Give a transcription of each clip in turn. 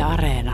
Areena.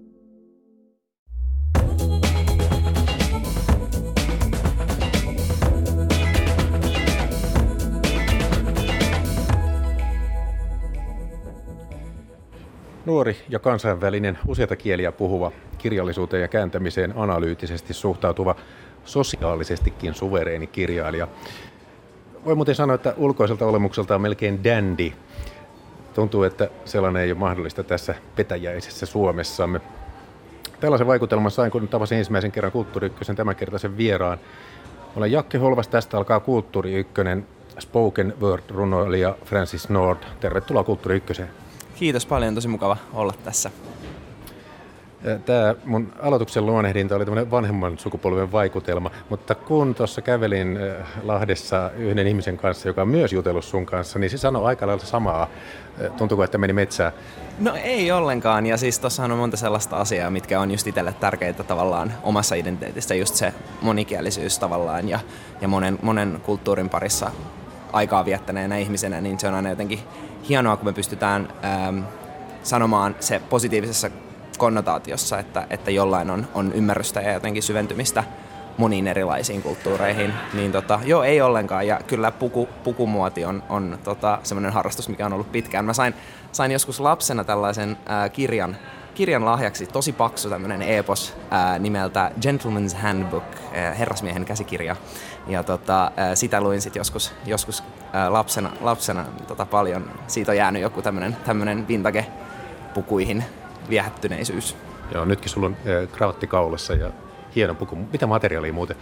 Nuori ja kansainvälinen useita kieliä puhuva, kirjallisuuteen ja kääntämiseen analyyttisesti suhtautuva, sosiaalisestikin suvereeni kirjailija. Voi muuten sanoa, että ulkoiselta olemukseltaan melkein dandy. Tuntuu, että sellainen ei ole mahdollista tässä petäjäisessä Suomessamme. Tällaisen vaikutelman sain, kun tapasin ensimmäisen kerran Kulttuuri Ykkösen tämänkertaisen vieraan. Olen Jakke Holvas, tästä alkaa Kulttuuri Ykkönen, spoken word-runoilija Francis Nord. Tervetuloa Kulttuuri Ykköseen. Kiitos paljon, tosi mukava olla tässä. Tämä mun aloituksen luonnehdinta oli tämmöinen vanhemman sukupolven vaikutelma, mutta kun tuossa kävelin Lahdessa yhden ihmisen kanssa, joka on myös jutellut sun kanssa, niin se sanoi aika lailla samaa. Tuntuuko, että meni metsään? No ei ollenkaan, ja siis tossahan on monta sellaista asiaa, mitkä on just itselle tärkeitä tavallaan omassa identiteetissä, just se monikielisyys tavallaan ja monen kulttuurin parissa aikaa viettäneenä ihmisenä, niin se on aina jotenkin hienoa, kun me pystytään sanomaan se positiivisessa konnotaatiossa, että jollain on ymmärrystä ja jotenkin syventymistä moniin erilaisiin kulttuureihin, niin joo, ei ollenkaan. Ja kyllä pukumuoti on semmoinen harrastus, mikä on ollut pitkään. Mä sain joskus lapsena tällaisen kirjan lahjaksi, tosi paksu tämmöinen epos nimeltä Gentleman's Handbook, herrasmiehen käsikirja. Ja sitä luin sitten joskus lapsena paljon. Siitä on jäänyt joku tämmöinen vintage-pukuihin viehättyneisyys. Joo, nytkin sulla on kravatti kaulassa ja hieno puku. Mitä materiaalia muuten?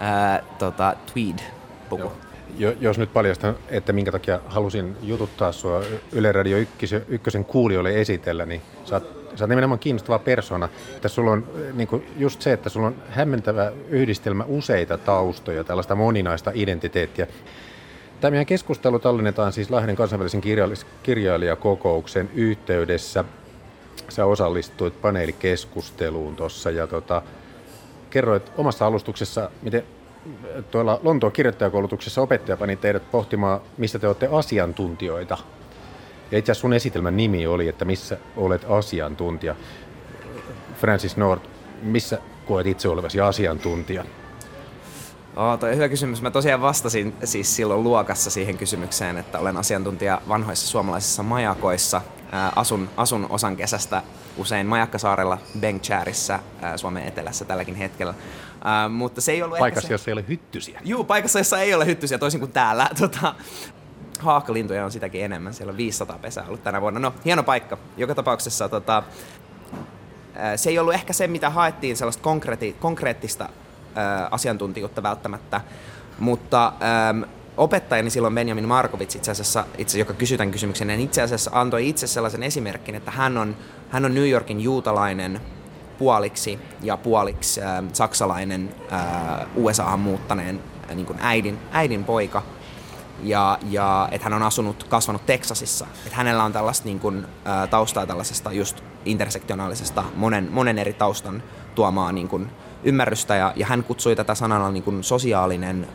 Tweed-puku. Jos nyt paljastan, että minkä takia halusin jututtaa sua Yle Radio Ykkösen kuulijoille esitellä, niin sä oot nimenomaan kiinnostava persona. Tässä sulla on just se, että sulla on hämmentävä yhdistelmä useita taustoja, tällaista moninaista identiteettiä. Tämä meidän keskustelu tallennetaan siis Lahden kansainvälisen kirjailijakokouksen yhteydessä. Sä osallistuit paneelikeskusteluun tuossa ja kerroit omassa alustuksessa, miten tuolla Lontoon kirjoittajakoulutuksessa opettaja pani teidät pohtimaan, missä te olette asiantuntijoita. Ja itse asiassa sun esitelmän nimi oli, että missä olet asiantuntija. Francis Nord, missä koet itse olevasi asiantuntija? Toi on hyvä kysymys. Mä tosiaan vastasin siis silloin luokassa siihen kysymykseen, että olen asiantuntija vanhoissa suomalaisissa majakoissa. Asun osan kesästä usein Majakkasaarella, Bengtskärissä, Suomen etelässä tälläkin hetkellä. Mutta se ei ollut paikassa, jossa ei ole hyttysiä. Juu, paikassa, jossa ei ole hyttysiä, toisin kuin täällä. Haakkalintuja on sitäkin enemmän. Siellä on 500 pesää ollut tänä vuonna. No, hieno paikka. Joka tapauksessa se ei ollut ehkä se, mitä haettiin, sellaista konkreettista asiantuntijuutta välttämättä, mutta opettajani silloin Benjamin Markovits itse asiassa, joka kysyi tämän kysymyksen, niin itse asiassa antoi itse sellaisen esimerkin, että hän on New Yorkin juutalainen puoliksi ja puoliksi saksalainen USAhan muuttaneen niin kuin äidin poika ja että hän on kasvanut Teksasissa, että hänellä on tällaista niin kuin, taustaa tällaisesta just intersektionaalisesta monen eri taustan tuomaa niin kuin ymmärrystä ja hän kutsui tätä sanalla niin kuin sosiaalinen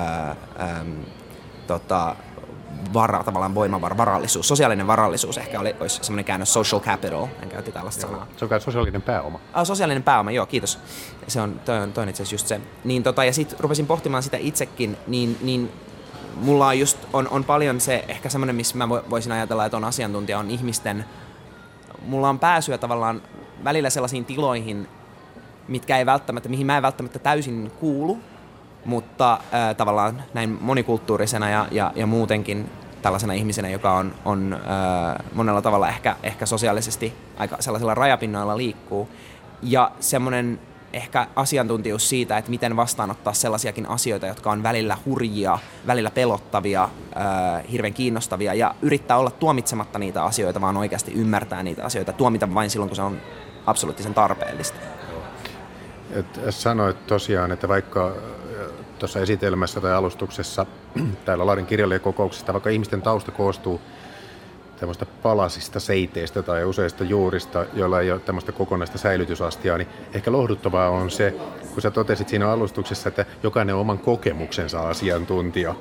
tavallaan voimavara, varallisuus. Sosiaalinen varallisuus ehkä olisi semmoinen käännös, social capital, hän käytti tällaista sanaa. Se on sosiaalinen pääoma. Sosiaalinen pääoma, joo, kiitos. Toi on itse asiassa just se. Niin, ja sitten rupesin pohtimaan sitä itsekin, niin mulla on paljon se, ehkä semmoinen, missä mä voisin ajatella, että on asiantuntija, on ihmisten, mulla on pääsyä tavallaan välillä sellaisiin tiloihin, mihin mä en välttämättä täysin kuulu, mutta tavallaan näin monikulttuurisena ja muutenkin tällaisena ihmisenä, joka on monella tavalla ehkä sosiaalisesti aika sellaisilla rajapinnoilla liikkuu. Ja semmoinen ehkä asiantuntijuus siitä, että miten vastaanottaa sellaisiakin asioita, jotka on välillä hurjia, välillä pelottavia, hirveän kiinnostavia ja yrittää olla tuomitsematta niitä asioita, vaan oikeasti ymmärtää niitä asioita, tuomita vain silloin, kun se on absoluuttisen tarpeellista. Sanoit tosiaan, että vaikka tuossa esitelmässä tai alustuksessa täällä Lahden kirjailijakokouksesta, vaikka ihmisten tausta koostuu tämmöistä palasista seiteistä tai useista juurista, joilla ei ole tämmöistä kokonaista säilytysastia, niin ehkä lohduttavaa on se, kun sä totesit siinä alustuksessa, että jokainen on oman kokemuksensa asiantuntija.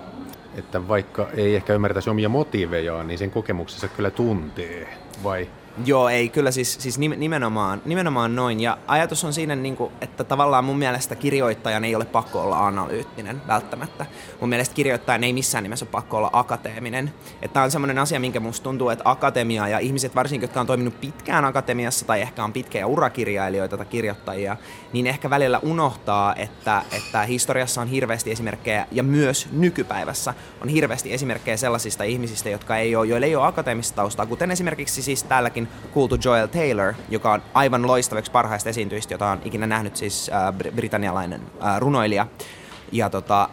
Että vaikka ei ehkä ymmärtäisi omia motiivejaan, niin sen kokemuksensa kyllä tuntee, vai Joo, ei, kyllä siis nimenomaan noin. Ja ajatus on siinä, että tavallaan mun mielestä kirjoittajan ei ole pakko olla analyyttinen välttämättä. Mun mielestä kirjoittajan ei missään nimessä ole pakko olla akateeminen. Tämä on semmoinen asia, minkä musta tuntuu, että akatemia ja ihmiset varsinkin, jotka on toiminut pitkään akatemiassa tai ehkä on pitkiä urakirjailijoita tai kirjoittajia, niin ehkä välillä unohtaa, että historiassa on hirveästi esimerkkejä ja myös nykypäivässä on hirveästi esimerkkejä sellaisista ihmisistä, joille ei ole akateemista taustaa, kuten esimerkiksi siis täälläkin kuultu Joel Taylor, joka on aivan loistava yksi parhaista esiintyjistä, jota on ikinä nähnyt, siis britannialainen runoilija. Ja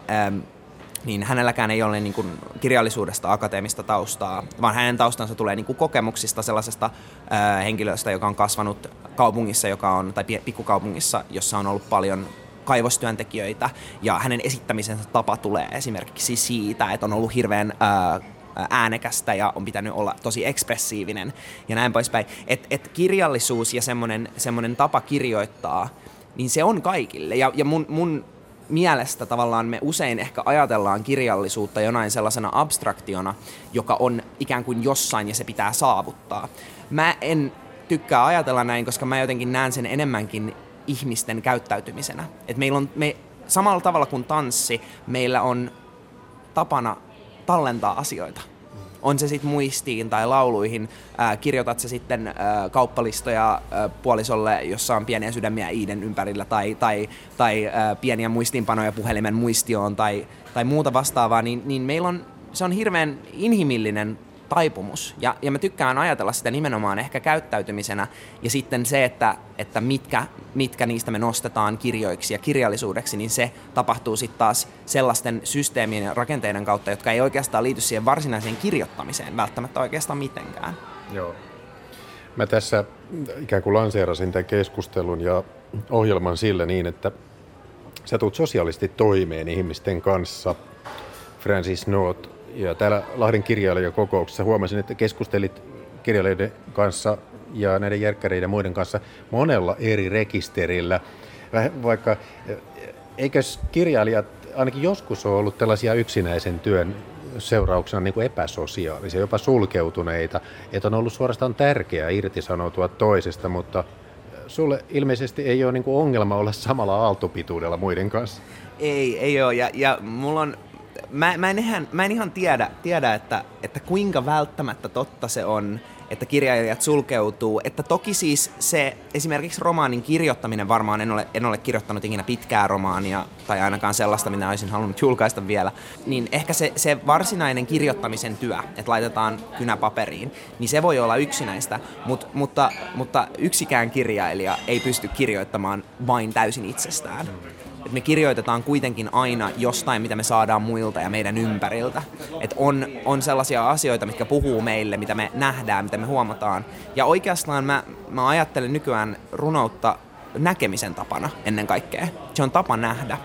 niin hänelläkään ei ole niin kuin kirjallisuudesta akateemista taustaa, vaan hänen taustansa tulee niin kuin kokemuksista sellaisesta henkilöstä, joka on kasvanut kaupungissa, tai pikkukaupungissa, jossa on ollut paljon kaivostyöntekijöitä, ja hänen esittämisensä tapa tulee esimerkiksi siitä, että on ollut hirveän äänekästä ja on pitänyt olla tosi ekspressiivinen ja näin poispäin. Et kirjallisuus ja semmoinen tapa kirjoittaa, niin se on kaikille. Ja mun mielestä tavallaan me usein ehkä ajatellaan kirjallisuutta jonain sellaisena abstraktiona, joka on ikään kuin jossain ja se pitää saavuttaa. Mä en tykkää ajatella näin, koska mä jotenkin näen sen enemmänkin ihmisten käyttäytymisenä. Et samalla tavalla kuin tanssi, meillä on tapana tallentaa asioita. On se sitten muistiin tai lauluihin, kirjoitat se sitten kauppalistoja puolisolle, jossa on pieniä sydämiä iiden ympärillä tai pieniä muistiinpanoja puhelimen muistioon tai muuta vastaavaa, niin meillä se on hirveän inhimillinen taipumus. Ja mä tykkään ajatella sitä nimenomaan ehkä käyttäytymisenä ja sitten se, että mitkä niistä me nostetaan kirjoiksi ja kirjallisuudeksi, niin se tapahtuu sitten taas sellaisten systeemien ja rakenteiden kautta, jotka ei oikeastaan liity siihen varsinaiseen kirjoittamiseen välttämättä oikeastaan mitenkään. Joo. Mä tässä ikään kuin lanseerasin tämän keskustelun ja ohjelman sillä niin, että sä tulet sosiaalisesti toimeen ihmisten kanssa, Francis North. Ja täällä Lahden kirjailijakokouksessa huomasin, että keskustelit kirjailijoiden kanssa ja näiden järkkäreiden ja muiden kanssa monella eri rekisterillä. Vaikka eikös kirjailijat ainakin joskus ole ollut tällaisia yksinäisen työn seurauksena niin kuin epäsosiaalisia, jopa sulkeutuneita, että on ollut suorastaan tärkeää irtisanoutua toisesta, mutta sulle ilmeisesti ei ole niin kuin ongelma olla samalla aaltopituudella muiden kanssa. Ei ole, ja mulla on Mä en ihan tiedä että kuinka välttämättä totta se on, että kirjailijat sulkeutuu. Että toki siis se esimerkiksi romaanin kirjoittaminen, varmaan en ole kirjoittanut ikinä pitkää romaania, tai ainakaan sellaista, mitä olisin halunnut julkaista vielä, niin ehkä se varsinainen kirjoittamisen työ, että laitetaan kynä paperiin, niin se voi olla yksinäistä, mutta yksikään kirjailija ei pysty kirjoittamaan vain täysin itsestään. Että me kirjoitetaan kuitenkin aina jostain, mitä me saadaan muilta ja meidän ympäriltä. Että on sellaisia asioita, mitkä puhuu meille, mitä me nähdään, mitä me huomataan. Ja oikeastaan mä ajattelen nykyään runoutta näkemisen tapana ennen kaikkea. Se on tapa nähdä.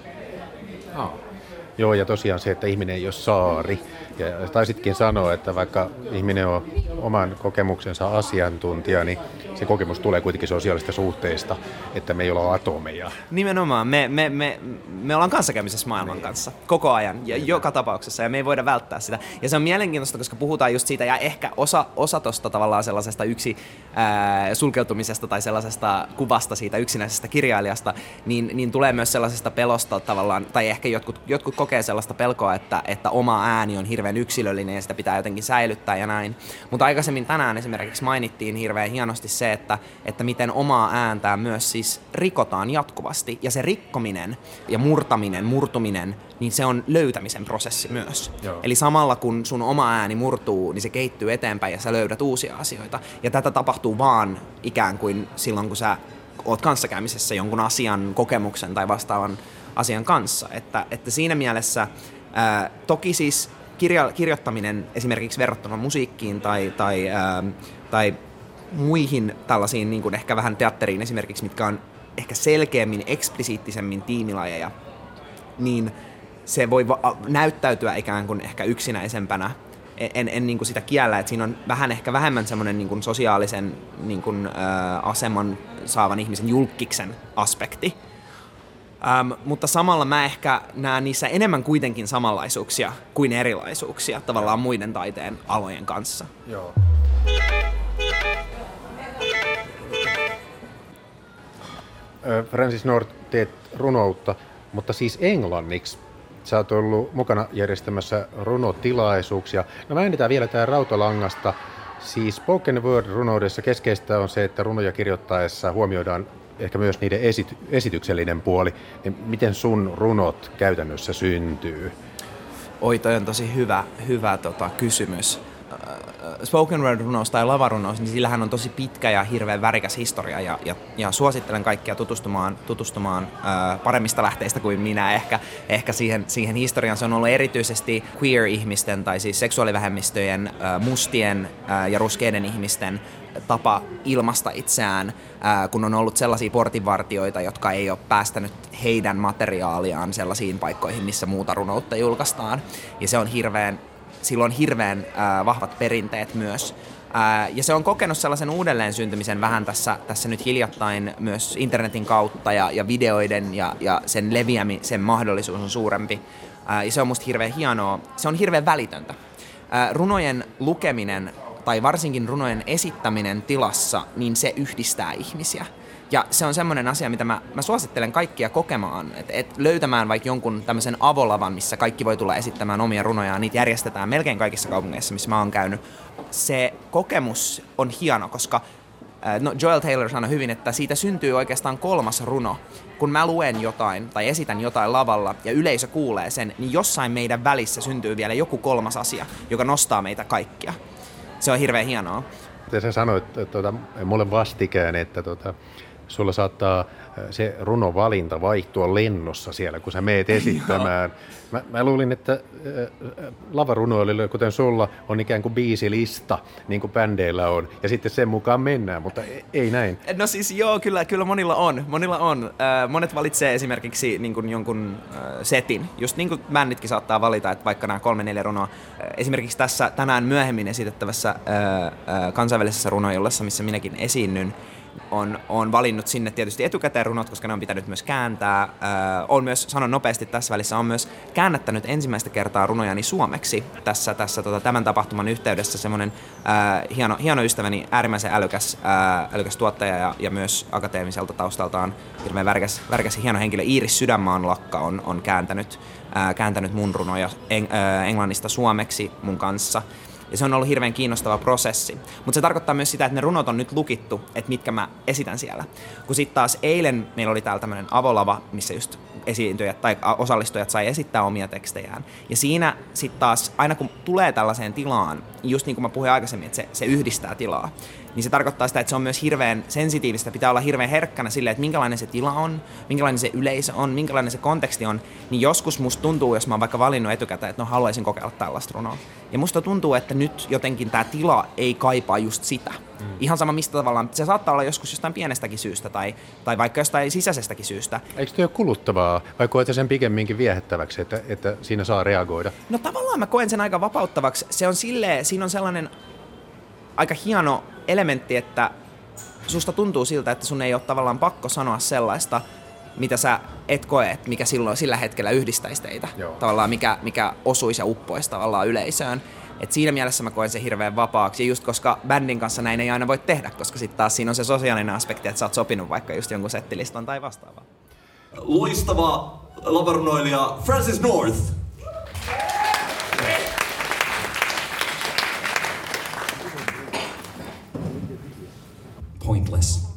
Joo, ja tosiaan se, että ihminen ei ole saari. Ja taisitkin sanoa, että vaikka ihminen on oman kokemuksensa asiantuntija, niin se kokemus tulee kuitenkin sosiaalista suhteista, että me ei olla atomeja. Nimenomaan. Me ollaan kanssakäymisessä maailman kanssa koko ajan ja joka tapauksessa, ja me ei voida välttää sitä. Ja se on mielenkiintoista, koska puhutaan just siitä, ja ehkä osa tosta tavallaan sellaisesta sulkeutumisesta tai sellaisesta kuvasta siitä yksinäisestä kirjailijasta, niin tulee myös sellaisesta pelosta tavallaan, tai ehkä jotkut kokee sellaista pelkoa, että oma ääni on hirveän yksilöllinen ja sitä pitää jotenkin säilyttää ja näin. Mutta aikaisemmin tänään esimerkiksi mainittiin hirveän hienosti se, että miten omaa ääntää myös siis rikotaan jatkuvasti. Ja se rikkominen ja murtuminen, niin se on löytämisen prosessi myös. Joo. Eli samalla kun sun oma ääni murtuu, niin se kehittyy eteenpäin ja sä löydät uusia asioita. Ja tätä tapahtuu vaan ikään kuin silloin, kun sä oot kanssakäymisessä jonkun asian, kokemuksen tai vastaavan asian kanssa. Että siinä mielessä toki siis kirjoittaminen esimerkiksi verrattuna musiikkiin tai muihin tällaisiin niin kuin ehkä vähän teatteriin esimerkiksi, mitkä on ehkä selkeämmin, eksplisiittisemmin tiimilajeja, niin se voi näyttäytyä ikään kuin ehkä yksinäisempänä. En niin kuin sitä kiellä, että siinä on ehkä vähemmän semmoinen niin kuin sosiaalisen niin kuin, aseman saavan ihmisen julkkiksen aspekti. Mutta samalla mä ehkä näen niissä enemmän kuitenkin samanlaisuuksia kuin erilaisuuksia tavallaan muiden taiteen alojen kanssa. Joo. Francis North, teet runoutta, mutta siis englanniksi. Sä oot ollut mukana järjestämässä runotilaisuuksia. No väännetään vielä tää rautalangasta. Siis spoken word-runoudessa keskeistä on se, että runoja kirjoittaessa huomioidaan ehkä myös niiden esityksellinen puoli. Niin miten sun runot käytännössä syntyy? Oi, toi on tosi hyvä kysymys. Spoken word-runous tai lavarunous, niin sillähän on tosi pitkä ja hirveän värikäs historia ja suosittelen kaikkia tutustumaan paremmista lähteistä kuin minä ehkä siihen historiaan. Se on ollut erityisesti queer-ihmisten tai siis seksuaalivähemmistöjen, mustien ja ruskeiden ihmisten tapa ilmaista itseään, kun on ollut sellaisia portinvartijoita, jotka ei ole päästänyt heidän materiaaliaan sellaisiin paikkoihin, missä muuta runoutta julkaistaan. Ja se on sillä on hirveän vahvat perinteet myös. Ja se on kokenut sellaisen uudelleen syntymisen vähän tässä nyt hiljattain myös internetin kautta ja videoiden ja sen leviämisen mahdollisuus on suurempi. Ja se on musta hirveän hienoa. Se on hirveän välitöntä. Runojen lukeminen tai varsinkin runojen esittäminen tilassa, niin se yhdistää ihmisiä. Ja se on semmoinen asia, mitä mä suosittelen kaikkia kokemaan, että löytämään vaikka jonkun tämmöisen avolavan, missä kaikki voi tulla esittämään omia runojaan. Niitä järjestetään melkein kaikissa kaupungeissa, missä mä oon käynyt. Se kokemus on hieno, koska Joel Taylor sanoi hyvin, että siitä syntyy oikeastaan kolmas runo. Kun mä luen jotain tai esitän jotain lavalla ja yleisö kuulee sen, niin jossain meidän välissä syntyy vielä joku kolmas asia, joka nostaa meitä kaikkia. Se on hirveän hienoa. Sä sanoit mulle vastikään, että sulla saattaa se runovalinta vaihtua lennossa siellä, kun sä meet esittämään. Mä luulin, että lavarunoilijoilla, kuten sulla, on ikään kuin biisilista, niin kuin bändeillä on, ja sitten sen mukaan mennään, mutta ei näin. No siis joo, kyllä monilla on. Monet valitsee esimerkiksi niin kuin jonkun setin, just niin kuin bänditkin saattaa valita, että vaikka nämä 3-4 runoa. Esimerkiksi tässä tänään myöhemmin esitettävässä kansainvälisessä runoilussa, missä minäkin esiinnyn, on valinnut sinne tietysti etukäteen runot, koska ne on pitänyt myös kääntää. On myös, sanon nopeasti tässä välissä, on myös käännättänyt ensimmäistä kertaa runojani suomeksi tässä tämän tapahtuman yhteydessä. Semmoinen hieno ystäväni, äärimmäisen älykäs tuottaja ja myös akateemiselta taustaltaan hirveän värikäs ja hieno henkilö. Iiris Sydänmaanlakka on kääntänyt mun runoja englannista suomeksi mun kanssa. Ja se on ollut hirveän kiinnostava prosessi. Mutta se tarkoittaa myös sitä, että ne runot on nyt lukittu, että mitkä mä esitän siellä. Kun sitten taas eilen meillä oli täällä tämmöinen avolava, missä just esiintyjät tai osallistujat sai esittää omia tekstejään. Ja siinä sitten taas, aina kun tulee tällaiseen tilaan, just niin kuin mä puhuin aikaisemmin, että se yhdistää tilaa, niin se tarkoittaa sitä, että se on myös hirveän sensitiivistä, pitää olla hirveän herkkänä silleen, että minkälainen se tila on, minkälainen se yleisö on, minkälainen se konteksti on, niin joskus musta tuntuu, jos mä oon vaikka valinnut etukäteen, että haluaisin kokeilla tällaista runoa. Ja musta tuntuu, että nyt jotenkin tää tila ei kaipaa just sitä. Ihan sama mistä tavallaan, se saattaa olla joskus jostain pienestäkin syystä tai vaikka jostain sisäisestäkin syystä. Eikö se ole kuluttavaa vai koet sen pikemminkin viehättäväksi, että siinä saa reagoida? No tavallaan mä koen sen aika vapauttavaksi. Siinä on sellainen aika hieno elementti, että susta tuntuu siltä, että sun ei ole tavallaan pakko sanoa sellaista, mitä sä et koe, että mikä silloin sillä hetkellä yhdistäisi teitä. Joo. Tavallaan mikä osuisi ja uppoisi tavallaan yleisöön. Et siinä mielessä mä koen sen hirveän vapaaksi, ja just koska bändin kanssa näin ei aina voi tehdä, koska sitten taas siinä on se sosiaalinen aspekti, että sä oot sopinut vaikka just jonkun settilistan tai vastaavaa. Loistava lavarunoilija Francis North. Pointless.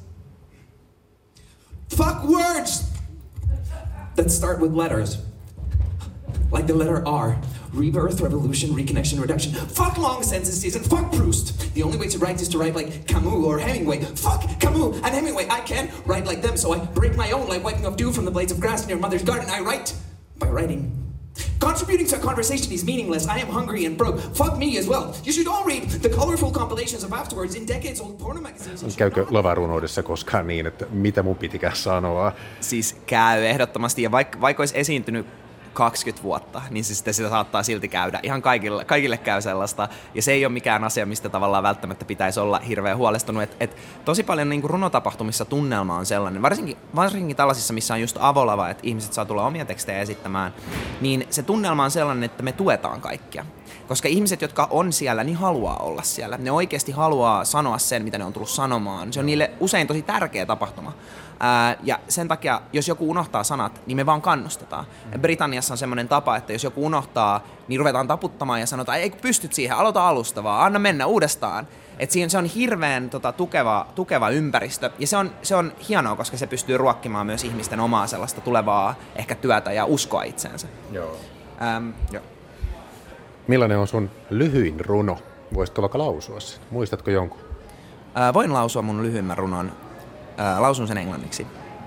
Fuck words that start with letters. Like the letter R. Rebirth, revolution, reconnection, reduction. Fuck long sentences and fuck Proust. The only way to write is to write like Camus or Hemingway. Fuck Camus and Hemingway. I can't write like them, so I break my own like wiping off dew from the blades of grass in your mother's garden. I write by writing. Contributing to a conversation is meaningless. I am hungry and broke. Fuck me as well. You should all read the colorful compilations of afterwards in decades-old porno magazines. Käykö lavarunoudessa koskaan niin, että mitä mun pitikään sanoa? Siis käy ehdottomasti, ja vaikka olisi esiintynyt 20 vuotta, niin siis sitä saattaa silti käydä. Ihan kaikille käy sellaista, ja se ei ole mikään asia, mistä tavallaan välttämättä pitäisi olla hirveän huolestunut. Et tosi paljon niin kuin runotapahtumissa tunnelma on sellainen, varsinkin tällaisissa, missä on just avolava, että ihmiset saa tulla omia tekstejä esittämään, niin se tunnelma on sellainen, että me tuetaan kaikkia. Koska ihmiset, jotka on siellä, niin haluaa olla siellä. Ne oikeasti haluaa sanoa sen, mitä ne on tullut sanomaan. Se on niille usein tosi tärkeä tapahtuma. Ja sen takia, jos joku unohtaa sanat, niin me vaan kannustetaan. Britanniassa on semmoinen tapa, että jos joku unohtaa, niin ruvetaan taputtamaan ja sanotaan, ei kun pystyt siihen, aloita alusta vaan, anna mennä uudestaan. Et se on hirveän tukeva ympäristö, ja se on hienoa, koska se pystyy ruokkimaan myös ihmisten omaa sellaista tulevaa ehkä työtä ja uskoa itseensä. Joo. Joo. Millainen on sun lyhyin runo? Voisitko vaikka lausua sen? Muistatko jonkun? Voin lausua mun lyhyimmän runon. Lausun sen englanniksi.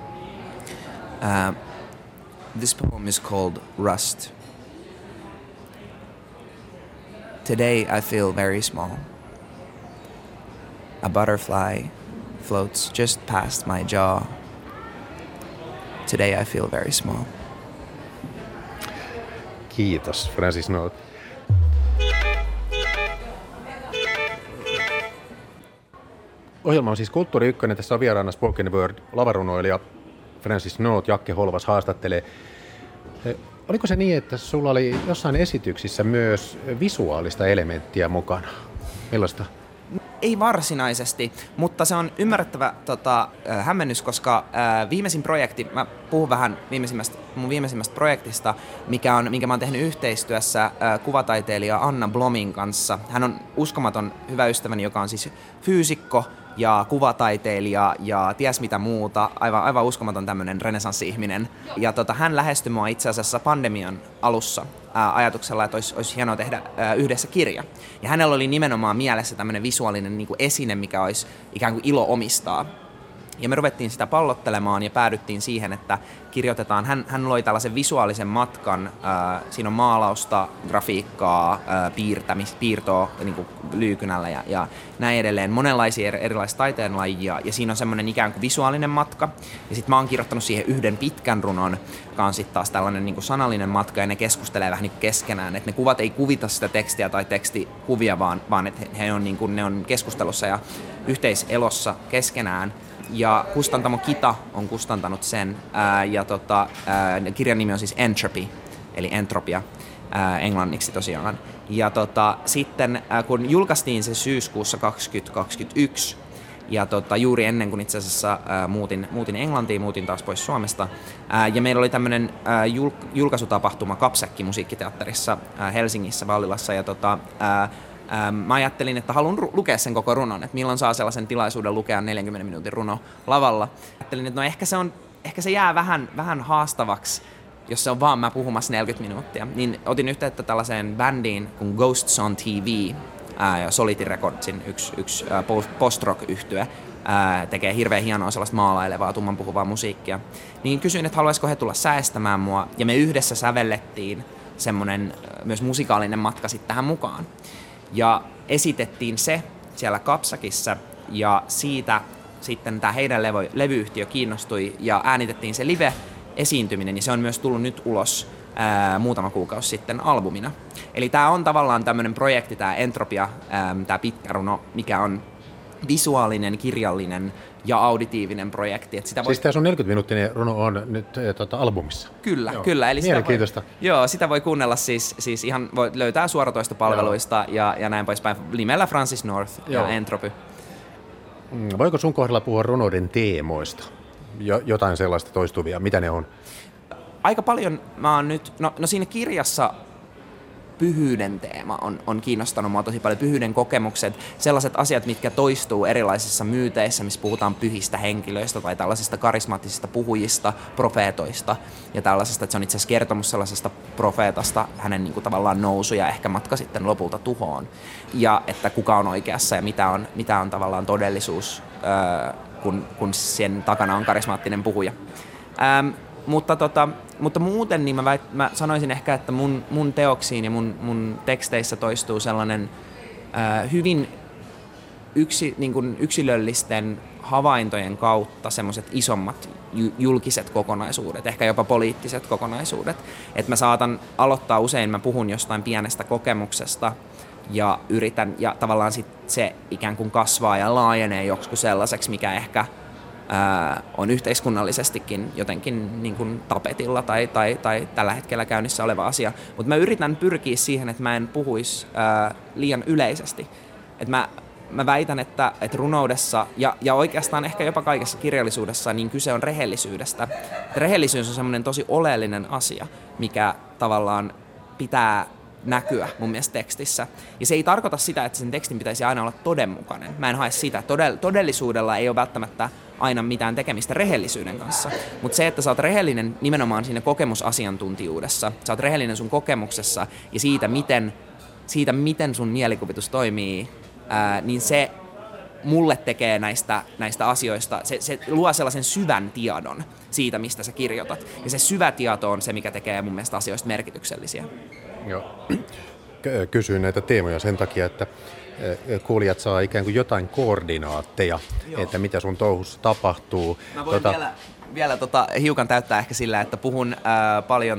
This poem is called Rust. Today I feel very small. A butterfly floats just past my jaw. Today I feel very small. Kiitos, Francis Note. Ohjelma on siis Kulttuuri Ykkönen. Tässä on vieraana Spoken Word lavarunoilija Francis Note. Jakke Holvas haastattelee. Oliko se niin, että sulla oli jossain esityksissä myös visuaalista elementtiä mukana? Millaista? Ei varsinaisesti, mutta se on ymmärrettävä hämmennys, koska viimeisin projekti, mä puhun vähän mun viimeisimmästä projektista, minkä mä oon tehnyt yhteistyössä kuvataiteilija Anna Blomin kanssa. Hän on uskomaton hyvä ystäväni, joka on siis fyysikko ja kuvataiteilija ja ties mitä muuta, aivan uskomaton tämmöinen renesanssi-ihminen. Ja hän lähestyi mua itse asiassa pandemian alussa ajatuksella, että olisi hienoa tehdä yhdessä kirja. Ja hänellä oli nimenomaan mielessä tämmöinen visuaalinen niin kuin esine, mikä olisi ikään kuin ilo omistaa. Ja me ruvettiin sitä pallottelemaan ja päädyttiin siihen, että kirjoitetaan, hän loi tällaisen visuaalisen matkan, siinä on maalausta, grafiikkaa, piirtoa niin kuin lyykynällä ja näin edelleen, monenlaisia erilaisia taiteenlajia, ja siinä on semmoinen ikään kuin visuaalinen matka, ja sitten mä oon kirjoittanut siihen yhden pitkän runon, joka on sitten taas tällainen niin kuin sanallinen matka, ja ne keskustelee vähän niin kuin keskenään, että ne kuvat ei kuvita sitä tekstiä tai tekstikuvia, vaan että ne on keskustelussa ja yhteiselossa keskenään. Ja kustantamo Kita on kustantanut sen, ja kirjan nimi on siis Entropy, eli entropia englanniksi tosiaan. Ja sitten kun julkaistiin se syyskuussa 2021, ja juuri ennen kuin itse asiassa muutin Englantiin, muutin taas pois Suomesta, ja meillä oli tämmöinen julkaisutapahtuma Kapsäkki musiikkiteatterissa Helsingissä, Vallilassa, ja mä ajattelin, että haluan lukea sen koko runon, että milloin saa sellaisen tilaisuuden lukea 40 minuutin runo lavalla. Ajattelin, että no ehkä se jää vähän haastavaksi, jos se on vaan mä puhumassa 40 minuuttia. Niin otin yhteyttä tällaiseen bändiin kuin Ghosts on TV, ja Solity Recordsin yksi post-rock-yhtye, tekee hirveän hienoa sellaista maalailevaa, tumman puhuvaa musiikkia. Niin kysyin, että haluaisiko he tulla säestämään mua, ja me yhdessä sävellettiin semmoinen myös musikaalinen matka sitten tähän mukaan. Ja esitettiin se siellä Kapsakissa, ja siitä sitten tämä heidän levyyhtiö kiinnostui, ja äänitettiin se live-esiintyminen, ja se on myös tullut nyt ulos muutama kuukausi sitten albumina. Eli tämä on tavallaan tämmöinen projekti, tämä Entropia, tämä pitkä runo, mikä on visuaalinen, kirjallinen ja auditiivinen projekti. Että siis tämä sun 40-minuuttinen runo on nyt albumissa? Kyllä, kyllä. Eli mielenkiintoista. Sitä voi kuunnella siis ihan voi löytää suoratoistopalveluista ja näin poispäin nimellä Francis North ja Entropy. Voiko sun kohdalla puhua runoiden teemoista? Jotain sellaista toistuvia, mitä ne on? Aika paljon mä oon nyt, no siinä kirjassa pyhyyden teema on kiinnostanut mua tosi paljon, pyhyyden kokemukset, sellaiset asiat, mitkä toistuu erilaisissa myyteissä, missä puhutaan pyhistä henkilöistä tai tällaisista karismaattisista puhujista, profeetoista ja tällaisesta, että se on itse asiassa kertomus sellaisesta profeetasta, hänen niin kuin tavallaan nousu ja ehkä matka sitten lopulta tuhoon, ja että kuka on oikeassa ja mitä on tavallaan todellisuus, kun sen takana on karismaattinen puhuja. Mutta muuten niin mä sanoisin ehkä, että mun teoksiin ja mun teksteissä toistuu sellainen hyvin niin kuin yksilöllisten havaintojen kautta semmoiset isommat julkiset kokonaisuudet, ehkä jopa poliittiset kokonaisuudet. Että mä saatan aloittaa usein, mä puhun jostain pienestä kokemuksesta ja yritän, ja tavallaan sit se ikään kuin kasvaa ja laajenee joskus sellaiseksi, mikä ehkä on yhteiskunnallisestikin jotenkin niin kuin tapetilla tai tällä hetkellä käynnissä oleva asia. Mutta mä yritän pyrkiä siihen, että mä en puhuisi liian yleisesti. Että mä väitän, että runoudessa ja oikeastaan ehkä jopa kaikessa kirjallisuudessa niin kyse on rehellisyydestä. Rehellisyys on semmoinen tosi oleellinen asia, mikä tavallaan pitää näkyä mun mielestä tekstissä. Ja se ei tarkoita sitä, että sen tekstin pitäisi aina olla todenmukainen. Mä en hae sitä. Todellisuudella ei ole välttämättä aina mitään tekemistä rehellisyyden kanssa. Mutta se, että sä oot rehellinen nimenomaan siinä kokemusasiantuntijuudessa, sä oot rehellinen sun kokemuksessa ja siitä, miten sun mielikuvitus toimii, niin se mulle tekee näistä asioista, se luo sellaisen syvän tiedon siitä, mistä sä kirjoitat. Ja se syvä tieto on se, mikä tekee mun mielestä asioista merkityksellisiä. Joo. Kysyin näitä teemoja sen takia, että kuulijat saa ikään kuin jotain koordinaatteja, että mitä sun touhussa tapahtuu. Mä voin vielä hiukan täyttää ehkä sillä, että puhun paljon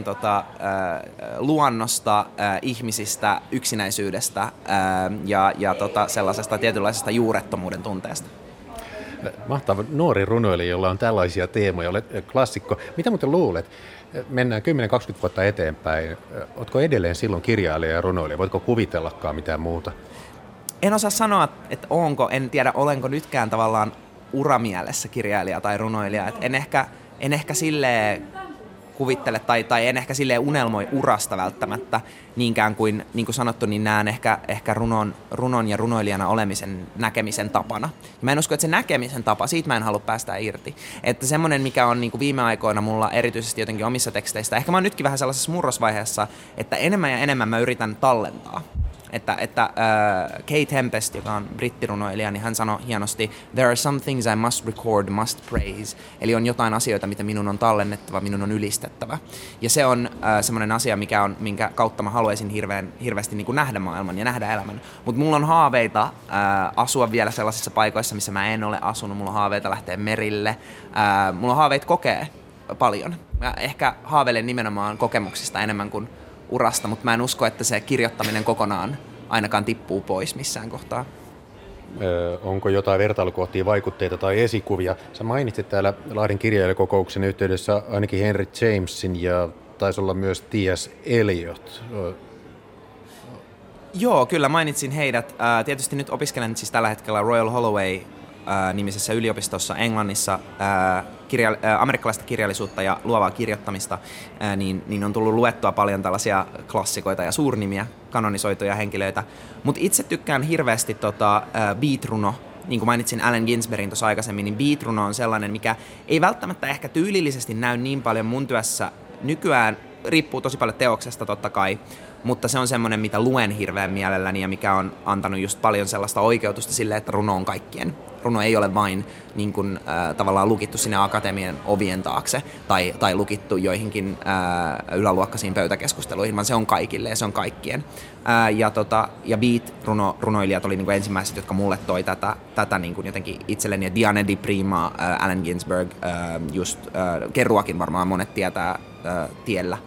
luonnosta, ihmisistä, yksinäisyydestä ja sellaisesta tietynlaisesta juurettomuuden tunteesta. Mahtava nuori runoilija, jolla on tällaisia teemoja, olet klassikko. Mitä muuten luulet? Mennään 10-20 vuotta eteenpäin. Ootko edelleen silloin kirjailija ja runoilija? Voitko kuvitellakaan mitään muuta? En osaa sanoa, että en tiedä olenko nytkään tavallaan uramielessä kirjailija tai runoilija. Et en ehkä silleen kuvittele tai en ehkä silleen unelmoi urasta välttämättä niinkään kuin, niin kuin sanottu, niin näen ehkä runon ja runoilijana olemisen näkemisen tapana. Ja mä en usko, että se näkemisen tapa, siitä mä en halua päästä irti. Että semmoinen, mikä on niin kuin viime aikoina mulla erityisesti jotenkin omissa teksteistä, ehkä mä oon nytkin vähän sellaisessa murrosvaiheessa, että enemmän ja enemmän mä yritän tallentaa. Että Kay Tempest, joka on brittirunoilija, niin hän sanoi hienosti, "There are some things I must record, must praise." Eli on jotain asioita, mitä minun on tallennettava, minun on ylistettävä. Ja se on semmoinen asia, minkä kautta mä haluaisin hirveästi niin kuin nähdä maailman ja nähdä elämän. Mutta mulla on haaveita asua vielä sellaisissa paikoissa, missä mä en ole asunut. Mulla on haaveita lähteä merille. Mulla on haaveita kokea paljon. Mä ehkä haaveilen nimenomaan kokemuksista enemmän kuin urasta, mutta mä en usko, että se kirjoittaminen kokonaan ainakaan tippuu pois missään kohtaa. Onko jotain vertailukohtia, vaikutteita tai esikuvia? Sä mainitsit täällä Lahden kirjailijakokouksen yhteydessä ainakin Henry Jamesin ja taisi olla myös T.S. Eliot. Joo, kyllä mainitsin heidät. Tietysti nyt opiskelen siis tällä hetkellä Royal Holloway nimisessä yliopistossa Englannissa amerikkalaista kirjallisuutta ja luovaa kirjoittamista, niin on tullut luettua paljon tällaisia klassikoita ja suurnimiä, kanonisoituja henkilöitä. Mutta itse tykkään hirveästi beat-runo, niin kuin mainitsin Allen Ginsbergin tuossa aikaisemmin, niin beat-runo on sellainen, mikä ei välttämättä ehkä tyylillisesti näy niin paljon mun työssä nykyään, riippuu tosi paljon teoksesta totta kai, mutta se on semmoinen, mitä luen hirveän mielelläni ja mikä on antanut just paljon sellaista oikeutusta sille, että runo on kaikkien. Runo ei ole vain niin kuin, tavallaan lukittu sinne akatemian ovien taakse tai lukittu joihinkin yläluokkaisiin pöytäkeskusteluihin, vaan se on kaikille ja se on kaikkien. Ja beat-runoilijat oli niin kuin ensimmäiset, jotka mulle toi tätä niin kuin jotenkin itselleni. Ja Diane di Prima, Allen Ginsberg, Keruakin varmaan monet tietää Tiellä.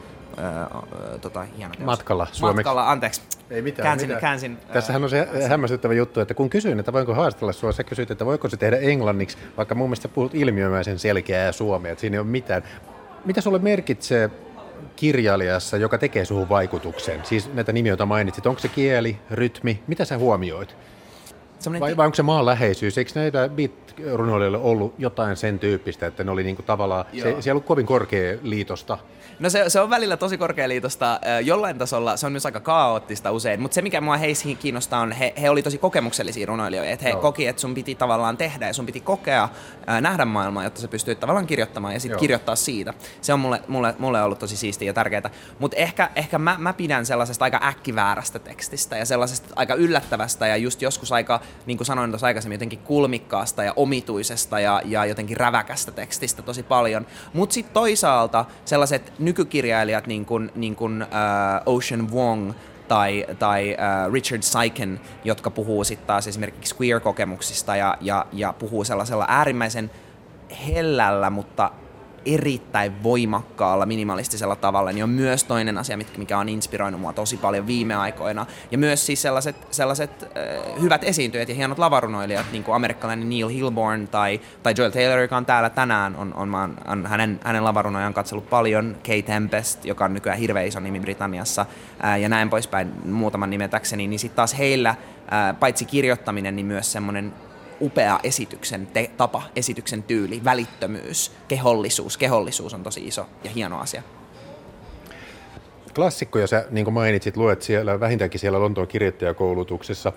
Hieno teos. Matkalla suomeksi. Matkalla, anteeksi. Ei mitään. Käänsin. Tässähän on se hämmästyttävä juttu, että kun kysyin, että voinko haastella sua, sä kysyit, että voiko se tehdä englanniksi, vaikka mun mielestä puhut ilmiömäisen selkeää suomea, että siinä ei ole mitään. Mitä sulle merkitsee kirjailijassa, joka tekee suhun vaikutuksen? Siis näitä nimiä, joita mainitsit, onko se kieli, rytmi, mitä sä huomioit? Vai onko se maanläheisyys? Eikö näitä beat-runoilijoille ollut jotain sen tyyppistä, että ne oli niinku tavallaan, se ei ollut kovin korkea liitosta? No se on välillä tosi korkealiitosta. Jollain tasolla se on myös aika kaoottista usein, mutta se mikä mua heissä kiinnostaa on, he oli tosi kokemuksellisia runoilijoita, että he koki, että sun piti tavallaan tehdä ja sun piti kokea, nähdä maailmaa, jotta sä pystyit tavallaan kirjoittamaan ja sitten kirjoittaa siitä. Se on mulle ollut tosi siistiä ja tärkeää, mutta ehkä mä pidän sellaisesta aika äkkiväärästä tekstistä ja sellaisesta aika yllättävästä ja just joskus aika, niin kuin sanoin tuossa aikaisemmin, jotenkin kulmikkaasta ja omituisesta ja jotenkin räväkästä tekstistä tosi paljon, mutta sitten toisaalta sellaiset nykykirjailijat niin kuin Ocean Vuong tai Richard Syken, jotka puhuu sitten taas esimerkiksi queer-kokemuksista ja puhuu sellaisella äärimmäisen hellällä, mutta erittäin voimakkaalla minimalistisella tavalla, niin on myös toinen asia, mikä on inspiroinut mua tosi paljon viime aikoina. Ja myös siis sellaiset hyvät esiintyjät ja hienot lavarunoilijat, niin kuin amerikkalainen Neil Hilborn tai Joel Taylor, joka on täällä tänään, on hänen lavarunojan katsellut paljon, Kay Tempest, joka on nykyään hirveän iso nimi Britanniassa, ja näin poispäin muutaman nimetäkseni, niin sitten taas heillä paitsi kirjoittaminen, niin myös semmoinen upea tapa, esityksen tyyli, välittömyys, kehollisuus on tosi iso ja hieno asia. Klassikkoja sä, niin kuin mainitsit, luet siellä, vähintäänkin siellä Lontoon kirjoittajakoulutuksessa.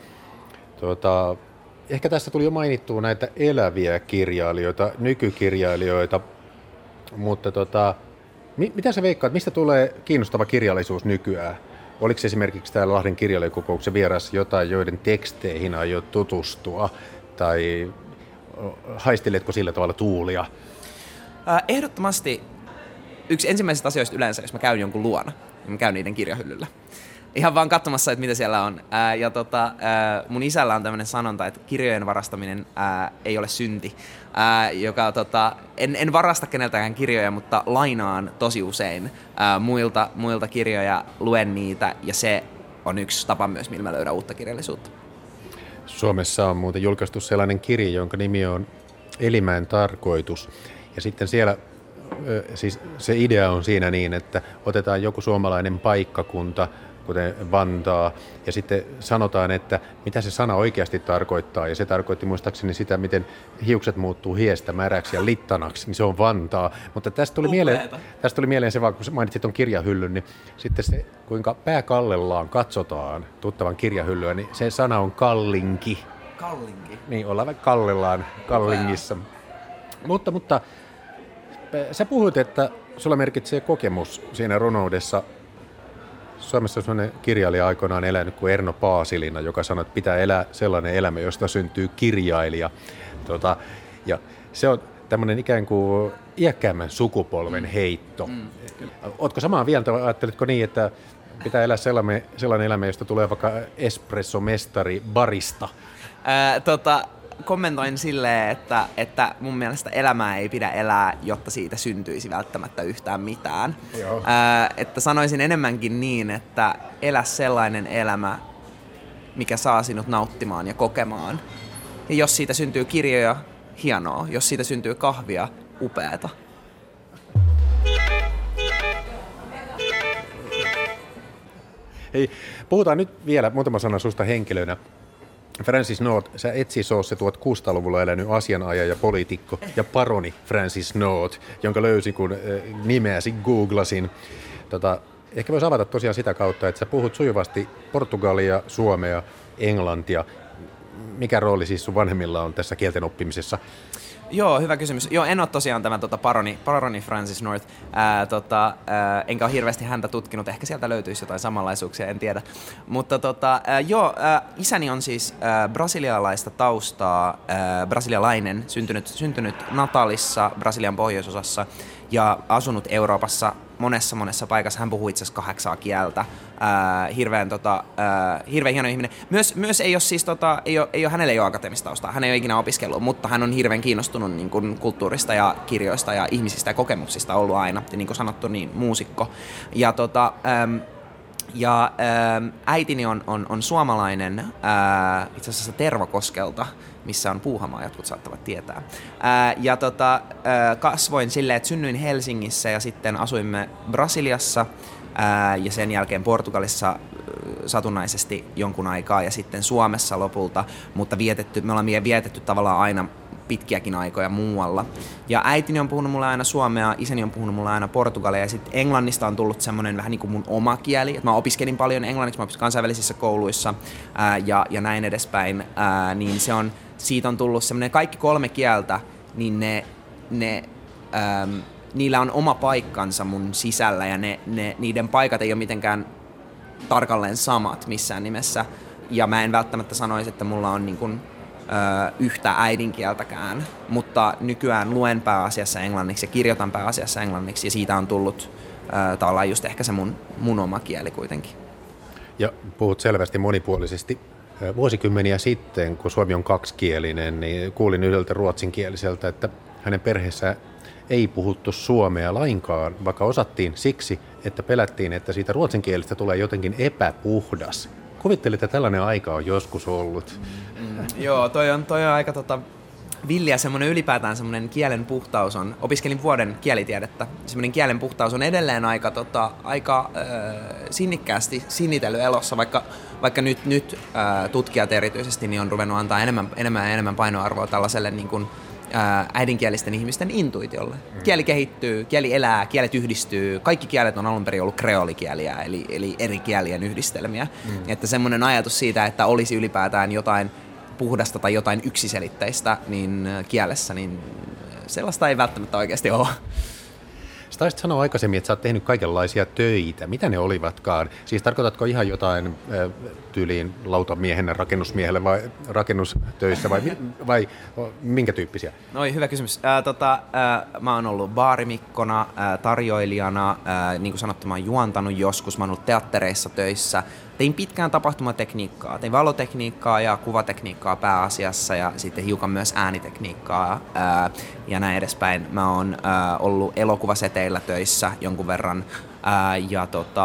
Ehkä tässä tuli jo mainittua näitä eläviä kirjailijoita, nykykirjailijoita, mutta mitä sä veikkaat, mistä tulee kiinnostava kirjallisuus nykyään? Oliko esimerkiksi täällä Lahden kirjailijakokouksen vieras jotain, joiden teksteihin aiot tutustua? Tai haisteletko sillä tavalla tuulia? Ehdottomasti yksi ensimmäisistä asioista yleensä, jos mä käyn jonkun luona, niin mä käyn niiden kirjahyllyllä. Ihan vaan katsomassa, että mitä siellä on. Mun isällä on tämmöinen sanonta, että kirjojen varastaminen ei ole synti. En varasta keneltäkään kirjoja, mutta lainaan tosi usein muilta kirjoja, luen niitä, ja se on yksi tapa myös, millä mä löydän uutta kirjallisuutta. Suomessa on muuten julkaistu sellainen kirja, jonka nimi on Elimäen tarkoitus. Ja sitten siellä siis se idea on siinä niin, että otetaan joku suomalainen paikkakunta, kuten Vantaa, ja sitten sanotaan, että mitä se sana oikeasti tarkoittaa. Ja se tarkoitti muistaakseni sitä, miten hiukset muuttuu hiestä märäksi ja littanaksi, niin se on Vantaa. Mutta tästä tuli mieleen se vaan, kun mainitsit tuon kirjahyllyn, niin sitten se, kuinka pääkallellaan katsotaan tuttavan kirjahyllyä, niin se sana on kallinki. Kallinki? Niin, ollaan kallellaan kallingissa. Mutta sä puhuit, että sulla merkitsee kokemus siinä runoudessa. Suomessa on sellainen kirjailija aikoinaan elänyt kuin Erno Paasilina, joka sanoi, että pitää elää sellainen elämä, josta syntyy kirjailija. Ja se on tämmöinen ikään kuin iäkkäämmän sukupolven heitto. Ootko samaa mieltä, ajatteletko niin, että pitää elää sellainen elämä, josta tulee vaikka espressomestari barista? Kommentoin silleen, että mun mielestä elämää ei pidä elää, jotta siitä syntyisi välttämättä yhtään mitään. Että sanoisin enemmänkin niin, että elä sellainen elämä, mikä saa sinut nauttimaan ja kokemaan. Ja jos siitä syntyy kirjoja, hienoa. Jos siitä syntyy kahvia, upeata. Hei, puhutaan nyt vielä muutama sana susta henkilönä. Francis North, sä et siis ole se 1600-luvulla elänyt asianajaja, poliitikko ja paroni Francis North, jonka löysin, kun nimeäsi googlasin. Ehkä voisi avata tosiaan sitä kautta, että sä puhut sujuvasti portugalia, suomea, englantia. Mikä rooli siis sun vanhemmilla on tässä kielten oppimisessa? Joo, hyvä kysymys. Joo, en ole tosiaan tämä paroni Francis North. Enkä ole hirveästi häntä tutkinut. Ehkä sieltä löytyisi jotain samanlaisuuksia, en tiedä. Mutta isäni on siis brasilialaista taustaa, brasilialainen, syntynyt Natalissa, Brasilian pohjoisosassa ja asunut Euroopassa monessa paikassa. Hän puhuu itse asiassa 8 kieltä. Hirveän hieno ihminen. Myös ei ole siis hänellä ei ole akateemista taustaa. Hän ei ole ikinä opiskellut, mutta hän on hirveän kiinnostunut niin kuin kulttuurista ja kirjoista ja ihmisistä ja kokemuksista ollut aina. Ja niin kuin sanottu, niin muusikko. Äitini on suomalainen, itse asiassa Tervakoskelta, missä on Puuhamaa, jotkut saattavat tietää. Kasvoin silleen, että synnyin Helsingissä ja sitten asuimme Brasiliassa ja sen jälkeen Portugalissa satunnaisesti jonkun aikaa ja sitten Suomessa lopulta, mutta me ollaan vietetty tavallaan aina pitkiäkin aikoja muualla. Ja äitini on puhunut mulle aina suomea, isäni on puhunut mulle aina portugalia ja sitten englannista on tullut semmoinen vähän niin kuin mun oma kieli. Et mä opiskelin paljon englanniksi, mä opiskelin kansainvälisissä kouluissa ja näin edespäin. Niin siitä on tullut semmoinen kaikki 3 kieltä, niin niillä on oma paikkansa mun sisällä ja niiden paikat ei ole mitenkään tarkalleen samat missään nimessä. Ja mä en välttämättä sanoisi, että mulla on niin kuin yhtä äidinkieltäkään, mutta nykyään luen pääasiassa englanniksi ja kirjoitan pääasiassa englanniksi ja siitä on tullut tavallaan just ehkä se mun oma kieli kuitenkin. Ja puhut selvästi monipuolisesti. Vuosikymmeniä sitten, kun Suomi on kaksikielinen, niin kuulin yhdeltä ruotsinkieliseltä, että hänen perheessä ei puhuttu suomea lainkaan, vaikka osattiin siksi, että pelättiin, että siitä ruotsinkielistä tulee jotenkin epäpuhdas. Kuvittelit, että tällainen aika on joskus ollut? Joo, toi on aika villiä semmoinen ylipäätään semmoinen kielen puhtaus on. Opiskelin vuoden kielitiedettä. Semmoinen kielen puhtaus on edelleen aika sinnikkäästi sinitellyt elossa, vaikka nyt tutkijat erityisesti niin on ruvennut antaa enemmän painoarvoa tällaiselle niin kuin äidinkielisten ihmisten intuitiolle. Kieli kehittyy, kieli elää, kielet yhdistyy. Kaikki kielet on alun perin ollut kreolikieliä, eli eri kielien yhdistelmiä. Että semmoinen ajatus siitä, että olisi ylipäätään jotain puhdasta tai jotain yksiselitteistä niin kielessä, niin sellaista ei välttämättä oikeasti ole. Sä taisit sanoa aikaisemmin, että sä oot tehnyt kaikenlaisia töitä. Mitä ne olivatkaan? Siis tarkoitatko ihan jotain tyyliin lautamiehenä rakennusmiehelle vai rakennustöissä vai minkä tyyppisiä? Noi, hyvä kysymys. Mä oon ollut baarimikkona, tarjoilijana, niin kuin sanottu, mä oon juontanut joskus, mä oon ollut teattereissa töissä. Tein pitkään tapahtumatekniikkaa, tein valotekniikkaa ja kuvatekniikkaa pääasiassa ja sitten hiukan myös äänitekniikkaa ja näin edespäin. Mä oon ollut elokuvaseteillä töissä jonkun verran ja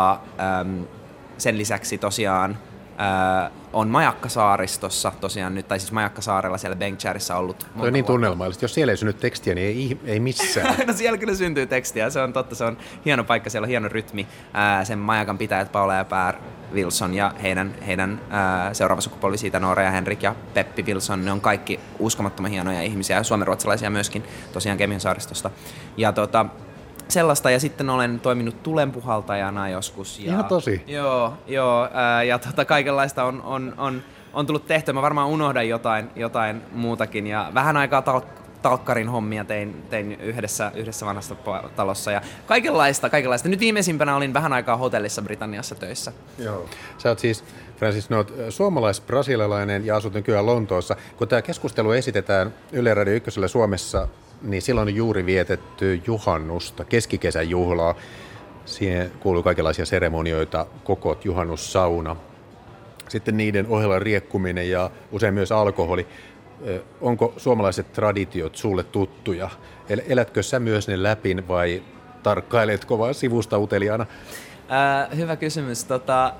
sen lisäksi tosiaan on Majakkasaaristossa tosiaan nyt, tai siis Majakkasaarella siellä Bengtsärissa ollut. Toi on niin tunnelmallista. Jos siellä ei synny tekstiä, niin ei missään. No siellä kyllä syntyy tekstiä, se on totta, se on hieno paikka, siellä on hieno rytmi. Sen Majakan pitäjät Paula ja Per Wilson ja heidän seuraava sukupolvi siitä, Noora ja Henrik ja Peppi Wilson, ne on kaikki uskomattoman hienoja ihmisiä, suomenruotsalaisia myöskin, tosiaan Kemiönsaaristosta. Ja sellaista, ja sitten olen toiminut tulenpuhaltajana joskus. Ja, ihan tosi? Joo, ja kaikenlaista on tullut tehtyä. Mä varmaan unohdan jotain muutakin, ja vähän aikaa talkkarin hommia tein yhdessä vanhassa talossa, ja kaikenlaista. Nyt viimeisimpänä olin vähän aikaa hotellissa Britanniassa töissä. Joo. Sä oot siis, Francis, suomalais-brasilialainen ja asut nykyään Lontoossa. Kun tämä keskustelu esitetään Yle Radio 1 Suomessa, niin silloin on juuri vietetty juhannusta, keskikesän juhlaa. Siihen kuuluu kaikenlaisia seremonioita, kokot, juhannussauna. Sitten niiden ohella riekkuminen ja usein myös alkoholi. Onko suomalaiset traditiot sulle tuttuja? Elätkö sä myös ne läpi vai tarkkailetko vaan sivusta uteliaana? Hyvä kysymys.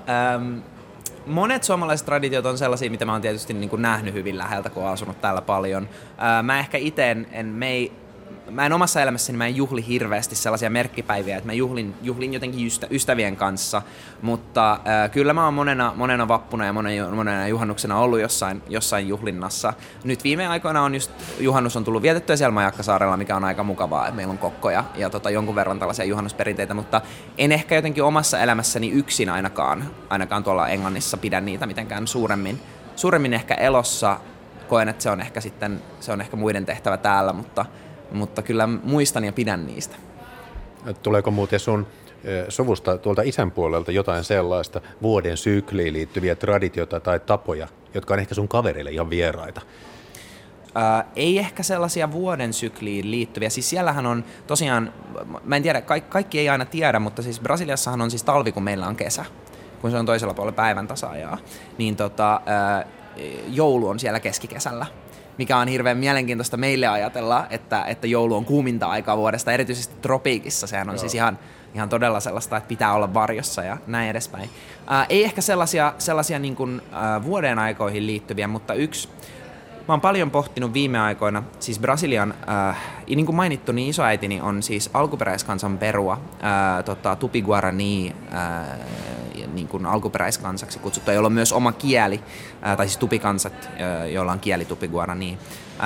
Monet suomalaiset traditiot on sellaisia, mitä mä oon tietysti niin kuin nähnyt hyvin läheltä, kun oon asunut täällä paljon. Mä ehkä itse mä en omassa elämässäni mä en juhli hirveästi sellaisia merkkipäiviä, että mä juhlin jotenkin ystävien kanssa, mutta kyllä mä oon monena vappuna ja monena juhannuksena ollut jossain juhlinnassa. Nyt viime aikoina juhannus on tullut vietettyä siellä Majakkasaarella, mikä on aika mukavaa, että meillä on kokkoja ja jonkun verran tällaisia juhannusperinteitä, mutta en ehkä jotenkin omassa elämässäni yksin ainakaan tuolla Englannissa pidä niitä mitenkään suuremmin ehkä elossa. Koen, että se on ehkä muiden tehtävä täällä, mutta kyllä muistan ja pidän niistä. Tuleeko muuten sun suvusta tuolta isän puolelta jotain sellaista vuoden sykliin liittyviä traditioita tai tapoja, jotka on ehkä sun kavereille ihan vieraita? Ei ehkä sellaisia vuoden sykliin liittyviä. Siis siellähän on tosiaan, mä en tiedä, kaikki ei aina tiedä, mutta siis Brasiliassahan on siis talvi, kun meillä on kesä, kun se on toisella puolella päivän tasaajaa. Niin joulu on siellä keskikesällä, mikä on hirveän mielenkiintoista meille ajatella, että joulu on kuuminta aikaa vuodesta, erityisesti tropiikissa. Sehän on siis ihan todella sellaista, että pitää olla varjossa ja näin edespäin. Ei ehkä sellaisia niin kuin, vuoden aikoihin liittyviä, mutta mä oon paljon pohtinut viime aikoina, siis Brasilian, niin kuin mainittu, niin isoäitini on siis alkuperäiskansan perua, Tupi-Guarani, niin kuin alkuperäiskansaksi kutsuttu, jolla on myös oma kieli, tai siis tupikansat, joilla on kieli Tupi-Guarani.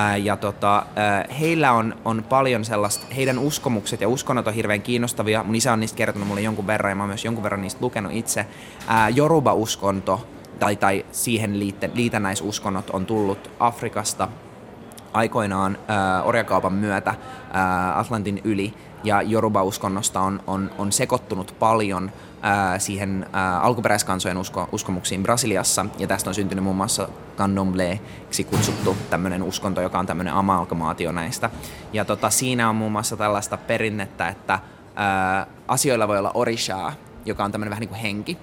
Heillä on paljon sellaista, heidän uskomukset ja uskonnot on hirveän kiinnostavia. Mun isä on niistä kertonut mulle jonkun verran ja mä oon myös jonkun verran niistä lukenut itse. Yoruba-uskonto tai siihen liitännäisuskonnot on tullut Afrikasta aikoinaan orjakaupan myötä Atlantin yli, ja Yoruba-uskonnosta on sekoittunut paljon siihen alkuperäiskansojen uskomuksiin Brasiliassa, ja tästä on syntynyt muun muassa candombleksi kutsuttu tämmöinen uskonto, joka on tämmöinen amalgamaatio näistä. Ja siinä on muun muassa tällaista perinnettä, että asioilla voi olla orishaa, joka on tämmöinen vähän niin kuin henki.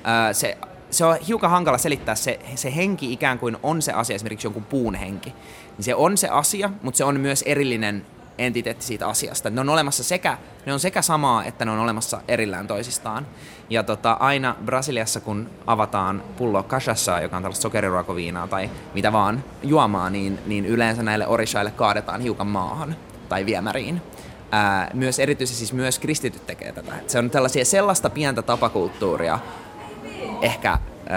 Se on hiukan hankala selittää, se henki ikään kuin on se asia, esimerkiksi jonkun puun henki. Niin se on se asia, mutta se on myös erillinen entiteetti siitä asiasta. Ne on sekä samaa, että ne on olemassa erillään toisistaan. Ja aina Brasiliassa, kun avataan pullo cachaçaa, joka on tällaista sokeriruokoviinaa tai mitä vaan juomaa, niin yleensä näille orishaille kaadetaan hiukan maahan tai viemäriin. Myös erityisesti siis myös kristityt tekee tätä. Se on sellaista pientä tapakulttuuria ehkä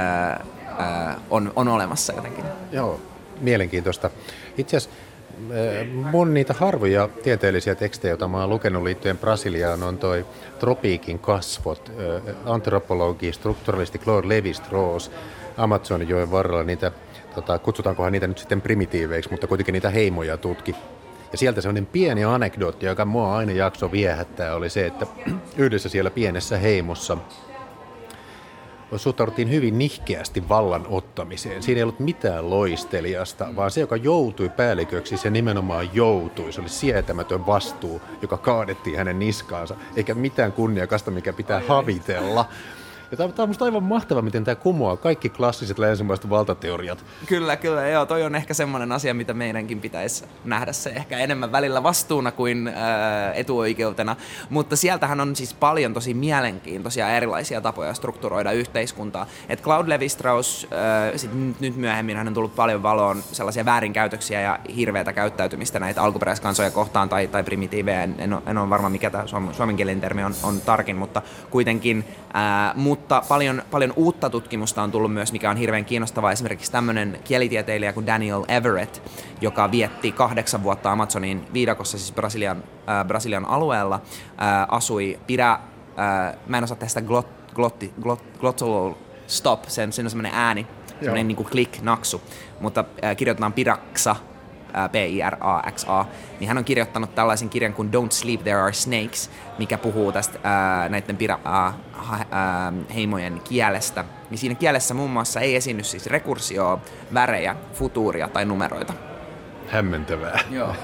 on olemassa jotenkin. Joo, mielenkiintoista. Itse asiassa mun niitä harvoja tieteellisiä tekstejä, joita mä oon lukenut liittyen Brasiliaan, on toi Tropiikin kasvot, antropologi, strukturalisti Claude Lévi-Strauss, Amazonjoen varrella niitä, kutsutaankohan niitä nyt sitten primitiiveiksi, mutta kuitenkin niitä heimoja tutki. Ja sieltä sellainen pieni anekdootti, joka mua aina jakso viehättää, oli se, että yhdessä siellä pienessä heimossa suhtauduttiin hyvin nihkeästi vallan ottamiseen. Siinä ei ollut mitään loistelijasta, vaan se, joka joutui päälliköksi, se nimenomaan joutui. Se oli sietämätön vastuu, joka kaadettiin hänen niskaansa, eikä mitään kunniakasta, mikä pitää havitella. Ja tämä on musta aivan mahtavaa, miten tämä kumoaa kaikki klassiset länsimaiset valtateoriat. Kyllä, joo. Toi on ehkä semmoinen asia, mitä meidänkin pitäisi nähdä se ehkä enemmän välillä vastuuna kuin etuoikeutena. Mutta sieltähän on siis paljon tosi mielenkiintoisia erilaisia tapoja strukturoida yhteiskuntaa. Et Claude Lévi-Strauss, nyt myöhemmin hän on tullut paljon valoon sellaisia väärinkäytöksiä ja hirveätä käyttäytymistä näitä alkuperäiskansoja kohtaan tai primitiivejä. En ole varma, mikä tämä suomenkielinen termi on tarkin, mutta kuitenkin. Mutta paljon uutta tutkimusta on tullut myös, mikä on hirveän kiinnostavaa. Esimerkiksi tämmöinen kielitieteilijä kuin Daniel Everett, joka vietti 8 vuotta Amazonin viidakossa, siis Brasilian alueella, asui mä en osaa tehdä sitä glottal stop, se on semmoinen ääni, semmoinen niin kuin click-naksu, mutta kirjoitetaan Piraxa, Piraxa, niin hän on kirjoittanut tällaisen kirjan kuin Don't Sleep, There Are Snakes, mikä puhuu tästä näiden heimojen kielestä. Niin siinä kielessä muun muassa ei esiinny siis rekursioa, värejä, futuuria tai numeroita. Hämmentävää. Joo.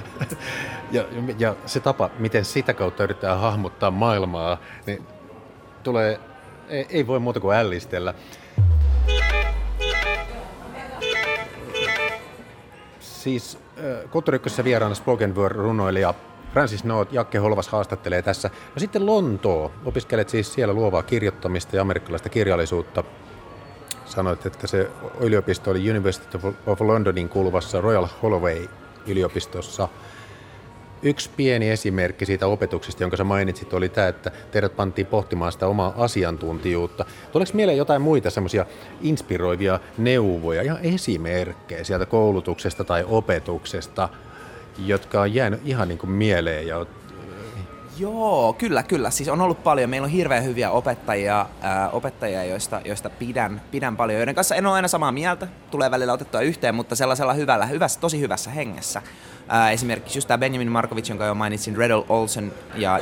ja se tapa, miten sitä kautta yrittää hahmottaa maailmaa, niin ei voi muuta kuin ällistellä. Siis Kulttuuri Ykkösessä vieraana spoken word-runoilija Francis Noot, Jakke Holvas haastattelee tässä. No sitten Lontoo. Opiskelet siis siellä luovaa kirjoittamista ja amerikkalaista kirjallisuutta. Sanoit, että se yliopisto oli University of Londonin kuuluvassa Royal Holloway-yliopistossa. Yksi pieni esimerkki siitä opetuksesta, jonka sä mainitsit, oli tämä, että teidät pantiin pohtimaan sitä omaa asiantuntijuutta. Tuleeko mieleen jotain muita semmoisia inspiroivia neuvoja ja esimerkkejä sieltä koulutuksesta tai opetuksesta, jotka on jäänyt ihan niin kuin mieleen? Joo, kyllä. Siis on ollut paljon. Meillä on hirveän hyviä opettajia joista pidän paljon, joiden kanssa en ole aina samaa mieltä. Tulee välillä otettua yhteen, mutta sellaisella tosi hyvässä hengessä. Esimerkiksi just tämä Benjamin Markovic, jonka jo mainitsin, Redel Olsen ja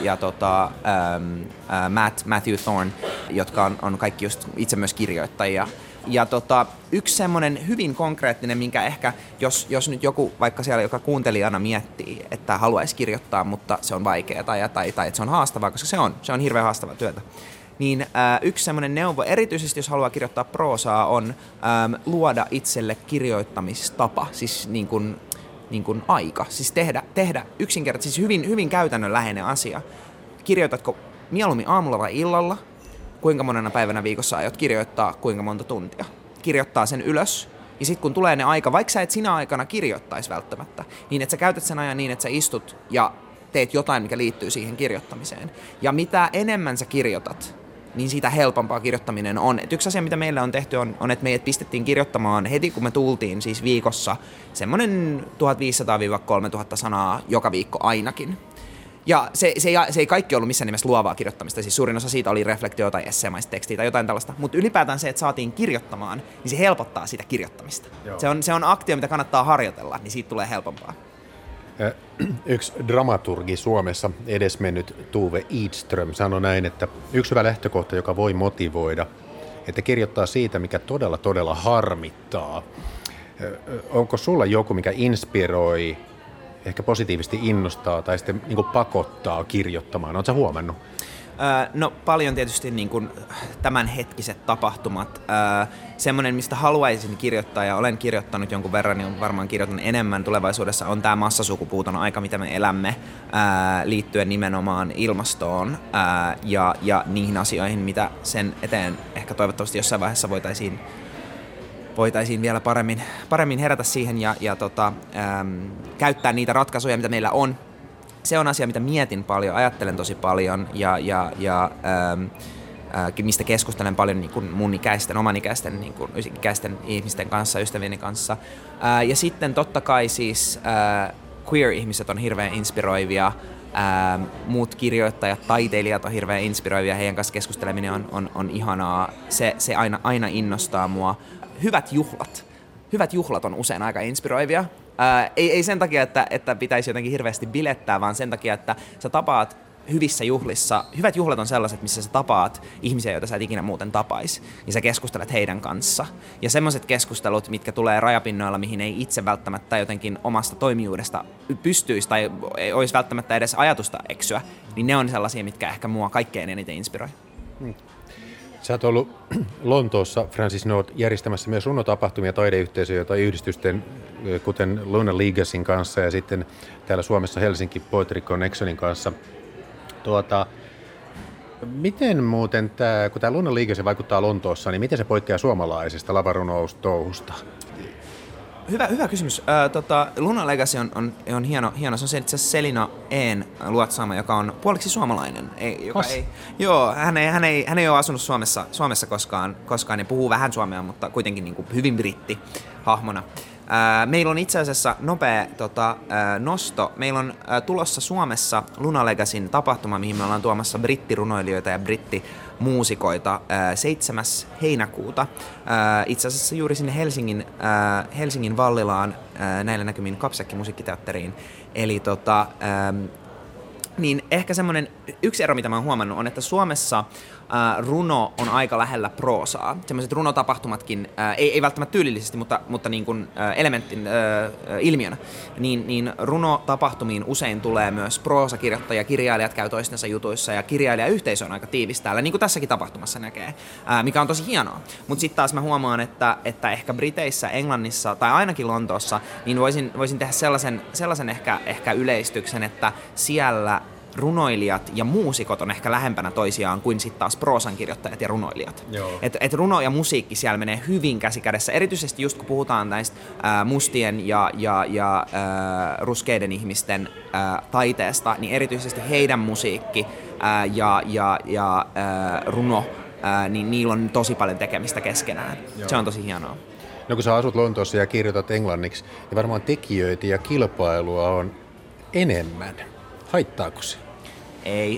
Matthew Thorne, jotka on kaikki just itse myös kirjoittajia. Ja yksi semmoinen hyvin konkreettinen, minkä ehkä, jos nyt joku vaikka siellä, joka kuuntelijana miettii, että haluaisi kirjoittaa, mutta se on vaikeaa tai että se on haastavaa, koska se on hirveän haastavaa työtä. Niin yksi semmoinen neuvo, erityisesti jos haluaa kirjoittaa proosaa, on luoda itselle kirjoittamistapa, siis niin kuin aika. Siis tehdä yksinkertaisesti, siis hyvin käytännönläheinen asia. Kirjoitatko mieluummin aamulla vai illalla? Kuinka monena päivänä viikossa aiot kirjoittaa, kuinka monta tuntia? Kirjoittaa sen ylös, ja sitten kun tulee ne aika, vaikka sä et sinä aikana kirjoittaisi välttämättä, niin että sä käytät sen ajan niin, että sä istut ja teet jotain, mikä liittyy siihen kirjoittamiseen. Ja mitä enemmän sä kirjoitat, niin siitä helpompaa kirjoittaminen on. Et yksi asia, mitä meillä on tehty, on, että meidät pistettiin kirjoittamaan heti, kun me tultiin, siis viikossa, semmoinen 1500-3000 sanaa joka viikko ainakin. Ja se ei kaikki ollut missään nimessä luovaa kirjoittamista, siis suurin osa siitä oli reflektio tai esseemaista tekstiä tai jotain tällaista, mutta ylipäätään se, että saatiin kirjoittamaan, niin se helpottaa sitä kirjoittamista. Se on aktio, mitä kannattaa harjoitella, niin siitä tulee helpompaa. Yksi dramaturgi Suomessa, edesmennyt Tuve Idström, sanoi näin, että yksi hyvä lähtökohta, joka voi motivoida, että kirjoittaa siitä, mikä todella harmittaa. Onko sulla joku, mikä inspiroi, ehkä positiivisesti innostaa tai sitten niin kuin pakottaa kirjoittamaan? Oletko sä huomannut? No paljon tietysti niin kuin tämänhetkiset tapahtumat. Semmoinen, mistä haluaisin kirjoittaa ja olen kirjoittanut jonkun verran, niin varmaan kirjoitan enemmän tulevaisuudessa, on tämä massasukupuuton aika, mitä me elämme liittyen nimenomaan ilmastoon ja niihin asioihin, mitä sen eteen ehkä toivottavasti jossain vaiheessa voitaisiin vielä paremmin herätä siihen ja käyttää niitä ratkaisuja, mitä meillä on. Se on asia, mitä mietin paljon, ajattelen tosi paljon ja mistä keskustelen paljon niin kuin mun ikäisten, oman ikäisten, niin kuin ikäisten ihmisten kanssa, ystävieni kanssa. Ja sitten totta kai siis queer-ihmiset on hirveän inspiroivia, muut kirjoittajat, taiteilijat on hirveän inspiroivia, heidän kanssa keskusteleminen on ihanaa, se aina innostaa mua. Hyvät juhlat on usein aika inspiroivia. Ei sen takia, että pitäisi jotenkin hirveästi bilettää, vaan sen takia, että sä tapaat hyvissä juhlissa. Hyvät juhlat on sellaiset, missä sä tapaat ihmisiä, joita sä et ikinä muuten tapais, ja sä keskustelet heidän kanssa. Ja semmoiset keskustelut, mitkä tulee rajapinnoilla, mihin ei itse välttämättä jotenkin omasta toimijuudesta pystyisi tai ei olisi välttämättä edes ajatusta eksyä, niin ne on sellaisia, mitkä ehkä mua kaikkein eniten inspiroi. Sä oot ollut Lontoossa, Francis North, järjestämässä myös runotapahtumia taideyhteisöjä tai yhdistysten, kuten Luna Legasin kanssa ja sitten täällä Suomessa Helsinki Poetry Connectionin kanssa. Miten muuten kun tämä Luna Legacy vaikuttaa Lontoossa, niin miten se poikkeaa suomalaisesta lavarunoustouhusta? Hyvä kysymys. Luna Legacy on hieno. Se on itse asiassa Selina E:n luotsaama, joka on puoliksi suomalainen. Hän ei ole asunut Suomessa koskaan ja puhuu vähän suomea, mutta kuitenkin niin kuin hyvin brittihahmona. Meillä on itse asiassa nopea nosto. Meillä on tulossa Suomessa Luna Legacyn tapahtuma, mihin me ollaan tuomassa brittirunoilijoita ja brittimuusikoita 7. heinäkuuta. Itse asiassa juuri sinne Helsingin Vallilaan näillä näkymin Kapsäkki musiikkiteatteriin. Eli niin ehkä semmoinen yksi ero, mitä mä oon huomannut, on, että Suomessa runo on aika lähellä proosaa. Semmoiset runotapahtumatkin, ei välttämättä tyylillisesti, mutta niin kuin ilmiönä, niin runotapahtumiin usein tulee myös proosakirjoittajia, kirjailijat käy toistensa jutuissa ja kirjailijayhteisö on aika tiivis täällä, niin kuin tässäkin tapahtumassa näkee, mikä on tosi hienoa. Mutta sitten taas mä huomaan, että ehkä Briteissä, Englannissa tai ainakin Lontoossa, niin voisin tehdä sellaisen ehkä yleistyksen, että siellä runoilijat ja muusikot on ehkä lähempänä toisiaan kuin sitten taas proosankirjoittajat ja runoilijat. Et runo ja musiikki siellä menee hyvin käsi kädessä, erityisesti just kun puhutaan näistä mustien ja ruskeiden ihmisten taiteesta, niin erityisesti heidän musiikki ja runo, niin niillä on tosi paljon tekemistä keskenään. Joo. Se on tosi hienoa. No kun sä asut Lontoossa ja kirjoitat englanniksi, niin varmaan tekijöitä ja kilpailua on enemmän. Haittaako se? Ei,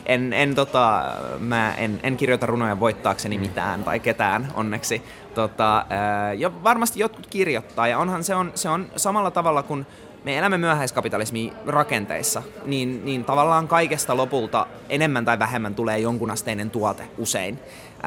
mä en kirjoita runoja voittaakseni mitään tai ketään onneksi. Ja varmasti jotkut kirjoittaa ja onhan se on samalla tavalla kuin me elämme myöhäiskapitalismin rakenteissa, niin tavallaan kaikesta lopulta enemmän tai vähemmän tulee jonkunasteinen tuote usein,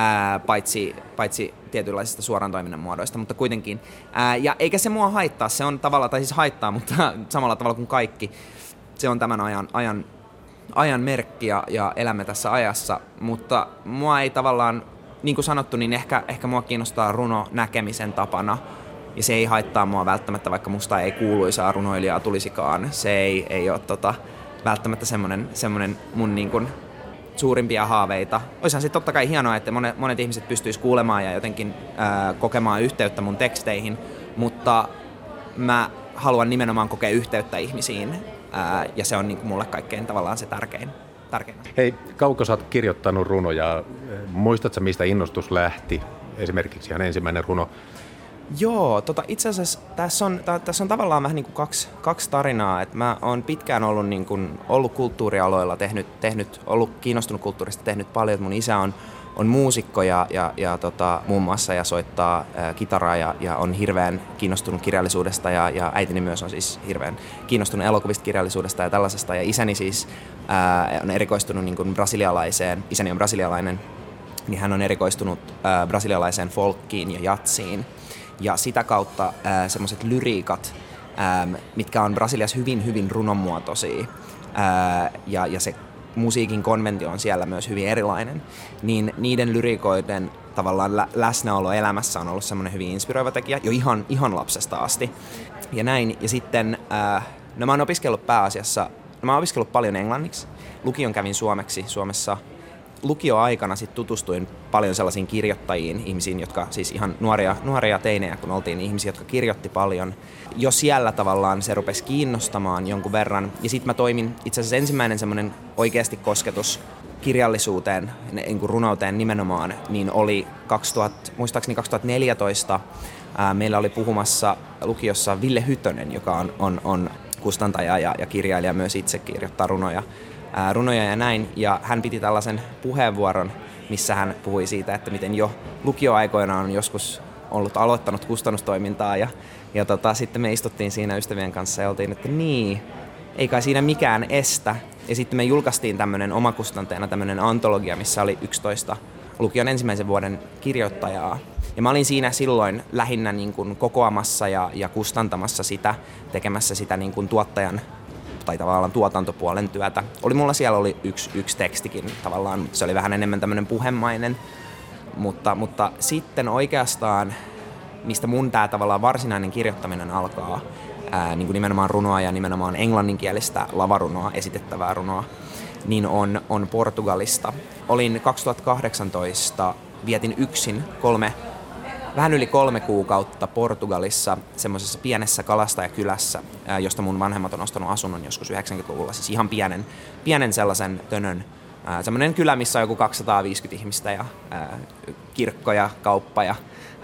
paitsi tietynlaisista suoran toiminnan muodoista, mutta kuitenkin. Ja eikä se mua haittaa, se on tavallaan, tai siis haittaa, mutta samalla tavalla kuin kaikki, se on tämän ajan merkki ja elämme tässä ajassa, mutta mua ei tavallaan, niin kuin sanottu, niin ehkä mua kiinnostaa runo näkemisen tapana, ja se ei haittaa mua välttämättä, vaikka musta ei kuuluisaa runoilijaa tulisikaan. Se ei ole välttämättä semmoinen mun niin kuin suurimpia haaveita. Olisihan sitten totta kai hienoa, että monet ihmiset pystyis kuulemaan ja jotenkin kokemaan yhteyttä mun teksteihin, mutta mä haluan nimenomaan kokea yhteyttä ihmisiin, ja se on niin kuin mulle kaikkein tavallaan se tärkein. Hei, kauanko sä oot kirjoittanut runoja? Muistatko, mistä innostus lähti? Esimerkiksi ihan ensimmäinen runo. Joo, itse asiassa tässä on tavallaan vähän niin kuin kaksi tarinaa. Et mä oon pitkään ollut kulttuurialoilla, ollut kiinnostunut kulttuurista, tehnyt paljon. Mun isä on muusikko ja muun muassa ja soittaa kitaraa ja on hirveän kiinnostunut kirjallisuudesta ja äitini myös on siis hirveän kiinnostunut elokuvista, kirjallisuudesta ja tällaisesta. Ja isäni siis on erikoistunut niin kuin brasilialaiseen, isäni on brasilialainen, niin hän on erikoistunut brasilialaiseen folkkiin ja jatsiin. Ja sitä kautta semmoiset lyriikat, mitkä on Brasiliassa hyvin, hyvin runonmuotoisia, ja se musiikin konventio on siellä myös hyvin erilainen, niin niiden lyriikoiden tavallaan läsnäolo elämässä on ollut semmoinen hyvin inspiroiva tekijä jo ihan lapsesta asti. Ja näin, ja sitten mä oon opiskellut paljon englanniksi. Lukion kävin suomeksi Suomessa. Lukioaikana sit tutustuin paljon sellaisiin kirjoittajiin, ihmisiin, jotka siis ihan nuoria teinejä, kun oltiin ihmisiä, jotka kirjoitti paljon. Jo siellä tavallaan se rupesi kiinnostamaan jonkun verran. Ja sitten mä toimin, itse asiassa ensimmäinen semmoinen oikeasti kosketus kirjallisuuteen, niin kuin runouteen nimenomaan, niin oli muistaakseni 2014. Meillä oli puhumassa lukiossa Ville Hytönen, joka on kustantaja ja kirjailija, myös itse kirjoittaa runoja ja näin. Ja hän piti tällaisen puheenvuoron, missä hän puhui siitä, että miten jo lukioaikoina on joskus aloittanut kustannustoimintaa. Ja sitten me istuttiin siinä ystävien kanssa ja oltiin, että niin, ei kai siinä mikään estä. Ja sitten me julkaistiin tämmöinen omakustanteena tämmöinen antologia, missä oli 11 lukion ensimmäisen vuoden kirjoittajaa. Ja mä olin siinä silloin lähinnä niin kuin kokoamassa ja kustantamassa sitä, tekemässä sitä niin kuin tuottajan tai tavallaan tuotantopuolen työtä. Mulla siellä oli yksi tekstikin tavallaan, mutta se oli vähän enemmän tämmöinen puhemainen. Mutta sitten oikeastaan, mistä mun tää tavallaan varsinainen kirjoittaminen alkaa, niin kuin nimenomaan runoa ja nimenomaan englanninkielistä lavarunoa, esitettävää runoa, niin on Portugalista. Olin 2018, vietin yksin vähän yli 3 kuukautta Portugalissa semmoisessa pienessä kalastajakylässä, josta mun vanhemmat on ostanut asunnon joskus 90-luvulla, siis ihan pienen sellaisen tönön. Semmoinen kylä, missä on joku 250 ihmistä ja kirkko ja kauppa ja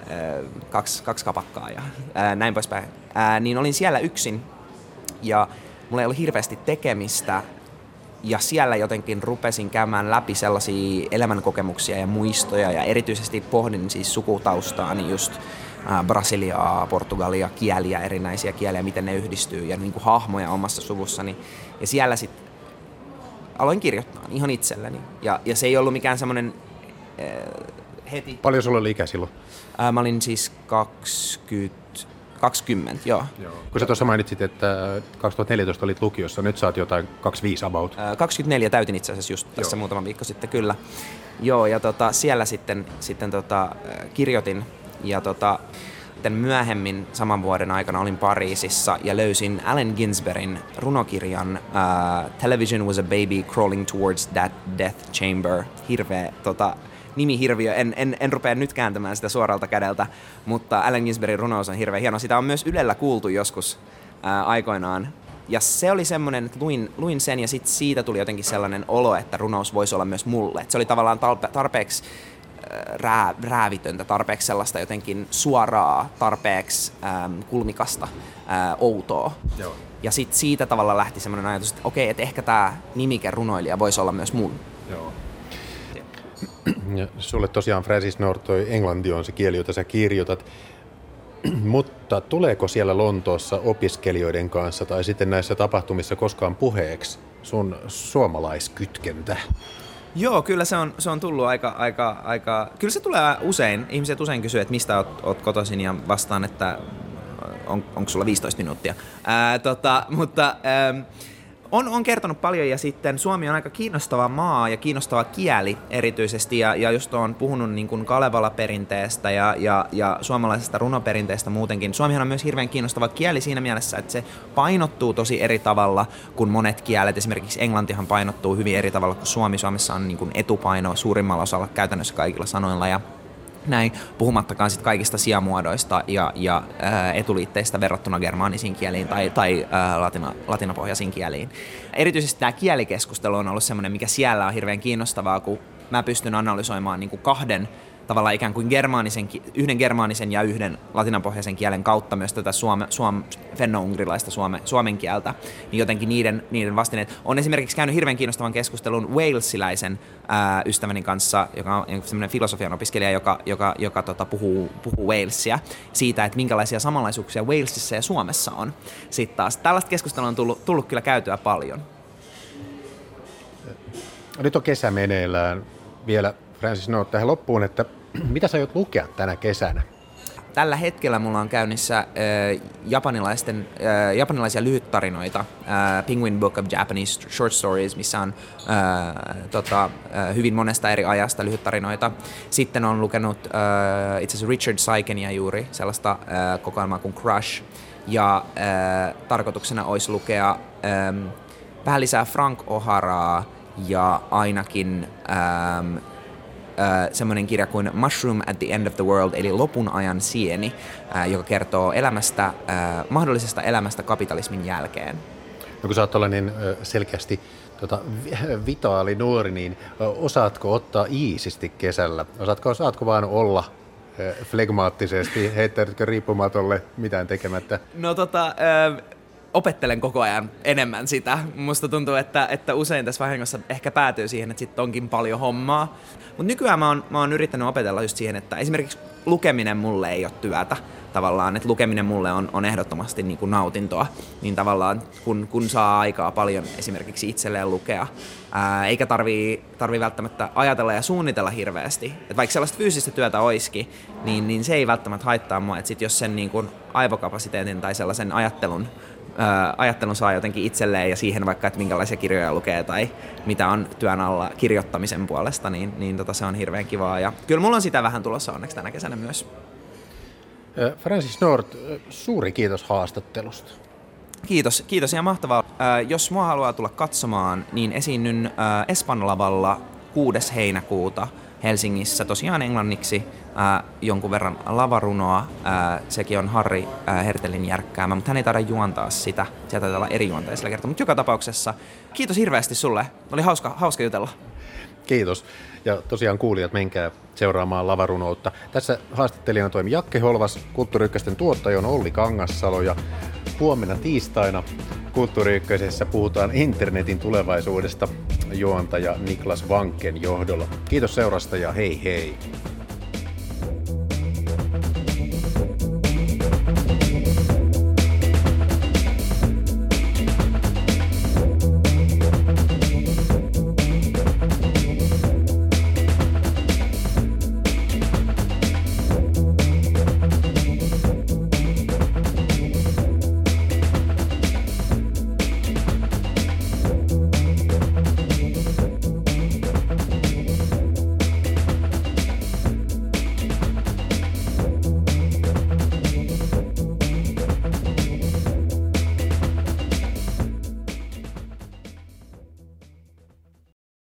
kaksi kapakkaa ja näin poispäin. Niin olin siellä yksin ja mulla ei ollut hirveästi tekemistä. Ja siellä jotenkin rupesin käymään läpi sellaisia elämänkokemuksia ja muistoja ja erityisesti pohdin siis sukutaustaani just Brasiliaa, Portugalia, kieliä, erinäisiä kieliä, miten ne yhdistyy ja niin kuin hahmoja omassa suvussani. Ja siellä sitten aloin kirjoittaa ihan itselleni. Ja se ei ollut mikään semmoinen heti. Paljon sulla oli ikä silloin? Mä olin siis 20, joo. Kun sä tuossa mainitsit, että 2014 olit lukiossa, nyt sä oot jotain 25 about. 24 täytin itse asiassa just tässä muutama viikko sitten, kyllä. Joo, ja siellä sitten kirjoitin, ja sitten myöhemmin saman vuoden aikana olin Pariisissa ja löysin Allen Ginsbergin runokirjan Television was a baby crawling towards that death chamber. Hirveä nimihirviö. En rupea nyt kääntämään sitä suoralta kädeltä, mutta Allen Ginsbergin runous on hirveän hieno. Sitä on myös Ylellä kuultu joskus aikoinaan. Ja se oli semmoinen, että luin sen ja sit siitä tuli jotenkin sellainen olo, että runous voisi olla myös mulle. Et se oli tavallaan tarpeeksi räävitöntä, tarpeeksi sellaista jotenkin suoraa, tarpeeksi kulmikasta, outoa. Joo. Ja sit siitä tavalla lähti semmoinen ajatus, että okei, että ehkä tää nimike runoilija voisi olla myös mun. Joo. Ja sulle tosiaan Francis North, toi englanti on se kieli, jota sä kirjoitat. Mutta tuleeko siellä Lontoossa opiskelijoiden kanssa tai sitten näissä tapahtumissa koskaan puheeksi sun suomalaiskytkentä? Joo, kyllä se on tullut aika... Kyllä se tulee usein. Ihmiset usein kysyy, että mistä oot kotoisin ja vastaan, että onko sulla 15 minuuttia. On kertonut paljon ja sitten Suomi on aika kiinnostava maa ja kiinnostava kieli erityisesti ja just on puhunut niin kuin Kalevala-perinteestä ja suomalaisesta runoperinteestä muutenkin. Suomihan on myös hirveän kiinnostava kieli siinä mielessä, että se painottuu tosi eri tavalla kuin monet kielet. Esimerkiksi englantihan painottuu hyvin eri tavalla kuin suomi. Suomessa on niin kuin etupaino suurimmalla osalla käytännössä kaikilla sanoilla ja näin, puhumattakaan sit kaikista sijamuodoista ja etuliitteistä verrattuna germaanisiin kieliin tai latinapohjaisiin kieliin. Erityisesti tämä kielikeskustelu on ollut semmoinen, mikä siellä on hirveän kiinnostavaa, kun mä pystyn analysoimaan niin kuin kahden tavallaan ikään kuin yhden germaanisen ja yhden latinanpohjaisen kielen kautta myös tätä fenno-ungrilaista suomen kieltä, niin jotenkin niiden vastineet. On esimerkiksi käynyt hirveän kiinnostavan keskustelun walesiläisen ystäväni kanssa, joka on semmoinen filosofian opiskelija, joka puhuu Walesia, siitä, että minkälaisia samanlaisuuksia Walesissa ja Suomessa on. Sitten taas tällaista keskustelua on tullut kyllä käytyä paljon. Nyt on kesä meneillään vielä. Francis North tähän loppuun, että mitä sä aiot lukea tänä kesänä? tällä hetkellä mulla on käynnissä japanilaisia lyhyttarinoita, Penguin Book of Japanese Short Stories, missä on hyvin monesta eri ajasta lyhyttarinoita. Sitten on lukenut itse asiassa Richard Saikenia juuri, sellaista kokoelmaa kuin Crush, ja tarkoituksena olisi lukea vähän lisää Frank O'Haraa ja ainakin semmoinen kirja kuin Mushroom at the End of the World, eli Lopun ajan sieni, joka kertoo elämästä, mahdollisesta elämästä kapitalismin jälkeen. No kun sä oot tollainen selkeästi vitaali nuori, niin osaatko ottaa iisisti kesällä? Osaatko vaan olla flegmaattisesti, heittäydytkö riippumatolle mitään tekemättä? No opettelen koko ajan enemmän sitä. Musta tuntuu, että usein tässä vahingossa ehkä päätyy siihen, että sitten onkin paljon hommaa. Mutta nykyään mä oon yrittänyt opetella just siihen, että esimerkiksi lukeminen mulle ei ole työtä tavallaan, että lukeminen mulle on ehdottomasti niin kuin nautintoa, niin tavallaan kun saa aikaa paljon esimerkiksi itselleen lukea, eikä tarvii välttämättä ajatella ja suunnitella hirveästi, että vaikka sellaista fyysistä työtä olisikin, niin se ei välttämättä haittaa mua, että sit jos sen niin kuin aivokapasiteetin tai sellaisen ajattelun saa jotenkin itselleen ja siihen vaikka, että minkälaisia kirjoja lukee tai mitä on työn alla kirjoittamisen puolesta, niin se on hirveän kivaa. Ja kyllä mulla on sitä vähän tulossa onneksi tänä kesänä myös. Francis North, suuri kiitos haastattelusta. Kiitos ja mahtavaa. Jos mua haluaa tulla katsomaan, niin esiinnyn Espanlavalla 6. heinäkuuta Helsingissä tosiaan englanniksi, jonkun verran lavarunoa. Sekin on Harri Hertelin järkkäämä, mutta hän ei taida juontaa sitä. Sieltä taitaa olla eri juonteisella kertaa. Mutta joka tapauksessa kiitos hirveästi sulle. Oli hauska jutella. Kiitos. Ja tosiaan kuulijat, menkää seuraamaan lavarunoutta. Tässä haastattelijana toimi Jakke Holvas, Kulttuuri Ykkösten tuottaja on Olli Kangassalo ja huomenna tiistaina Kulttuuri Ykkösessä puhutaan internetin tulevaisuudesta juontaja Niklas Vanken johdolla. Kiitos seurasta ja hei hei!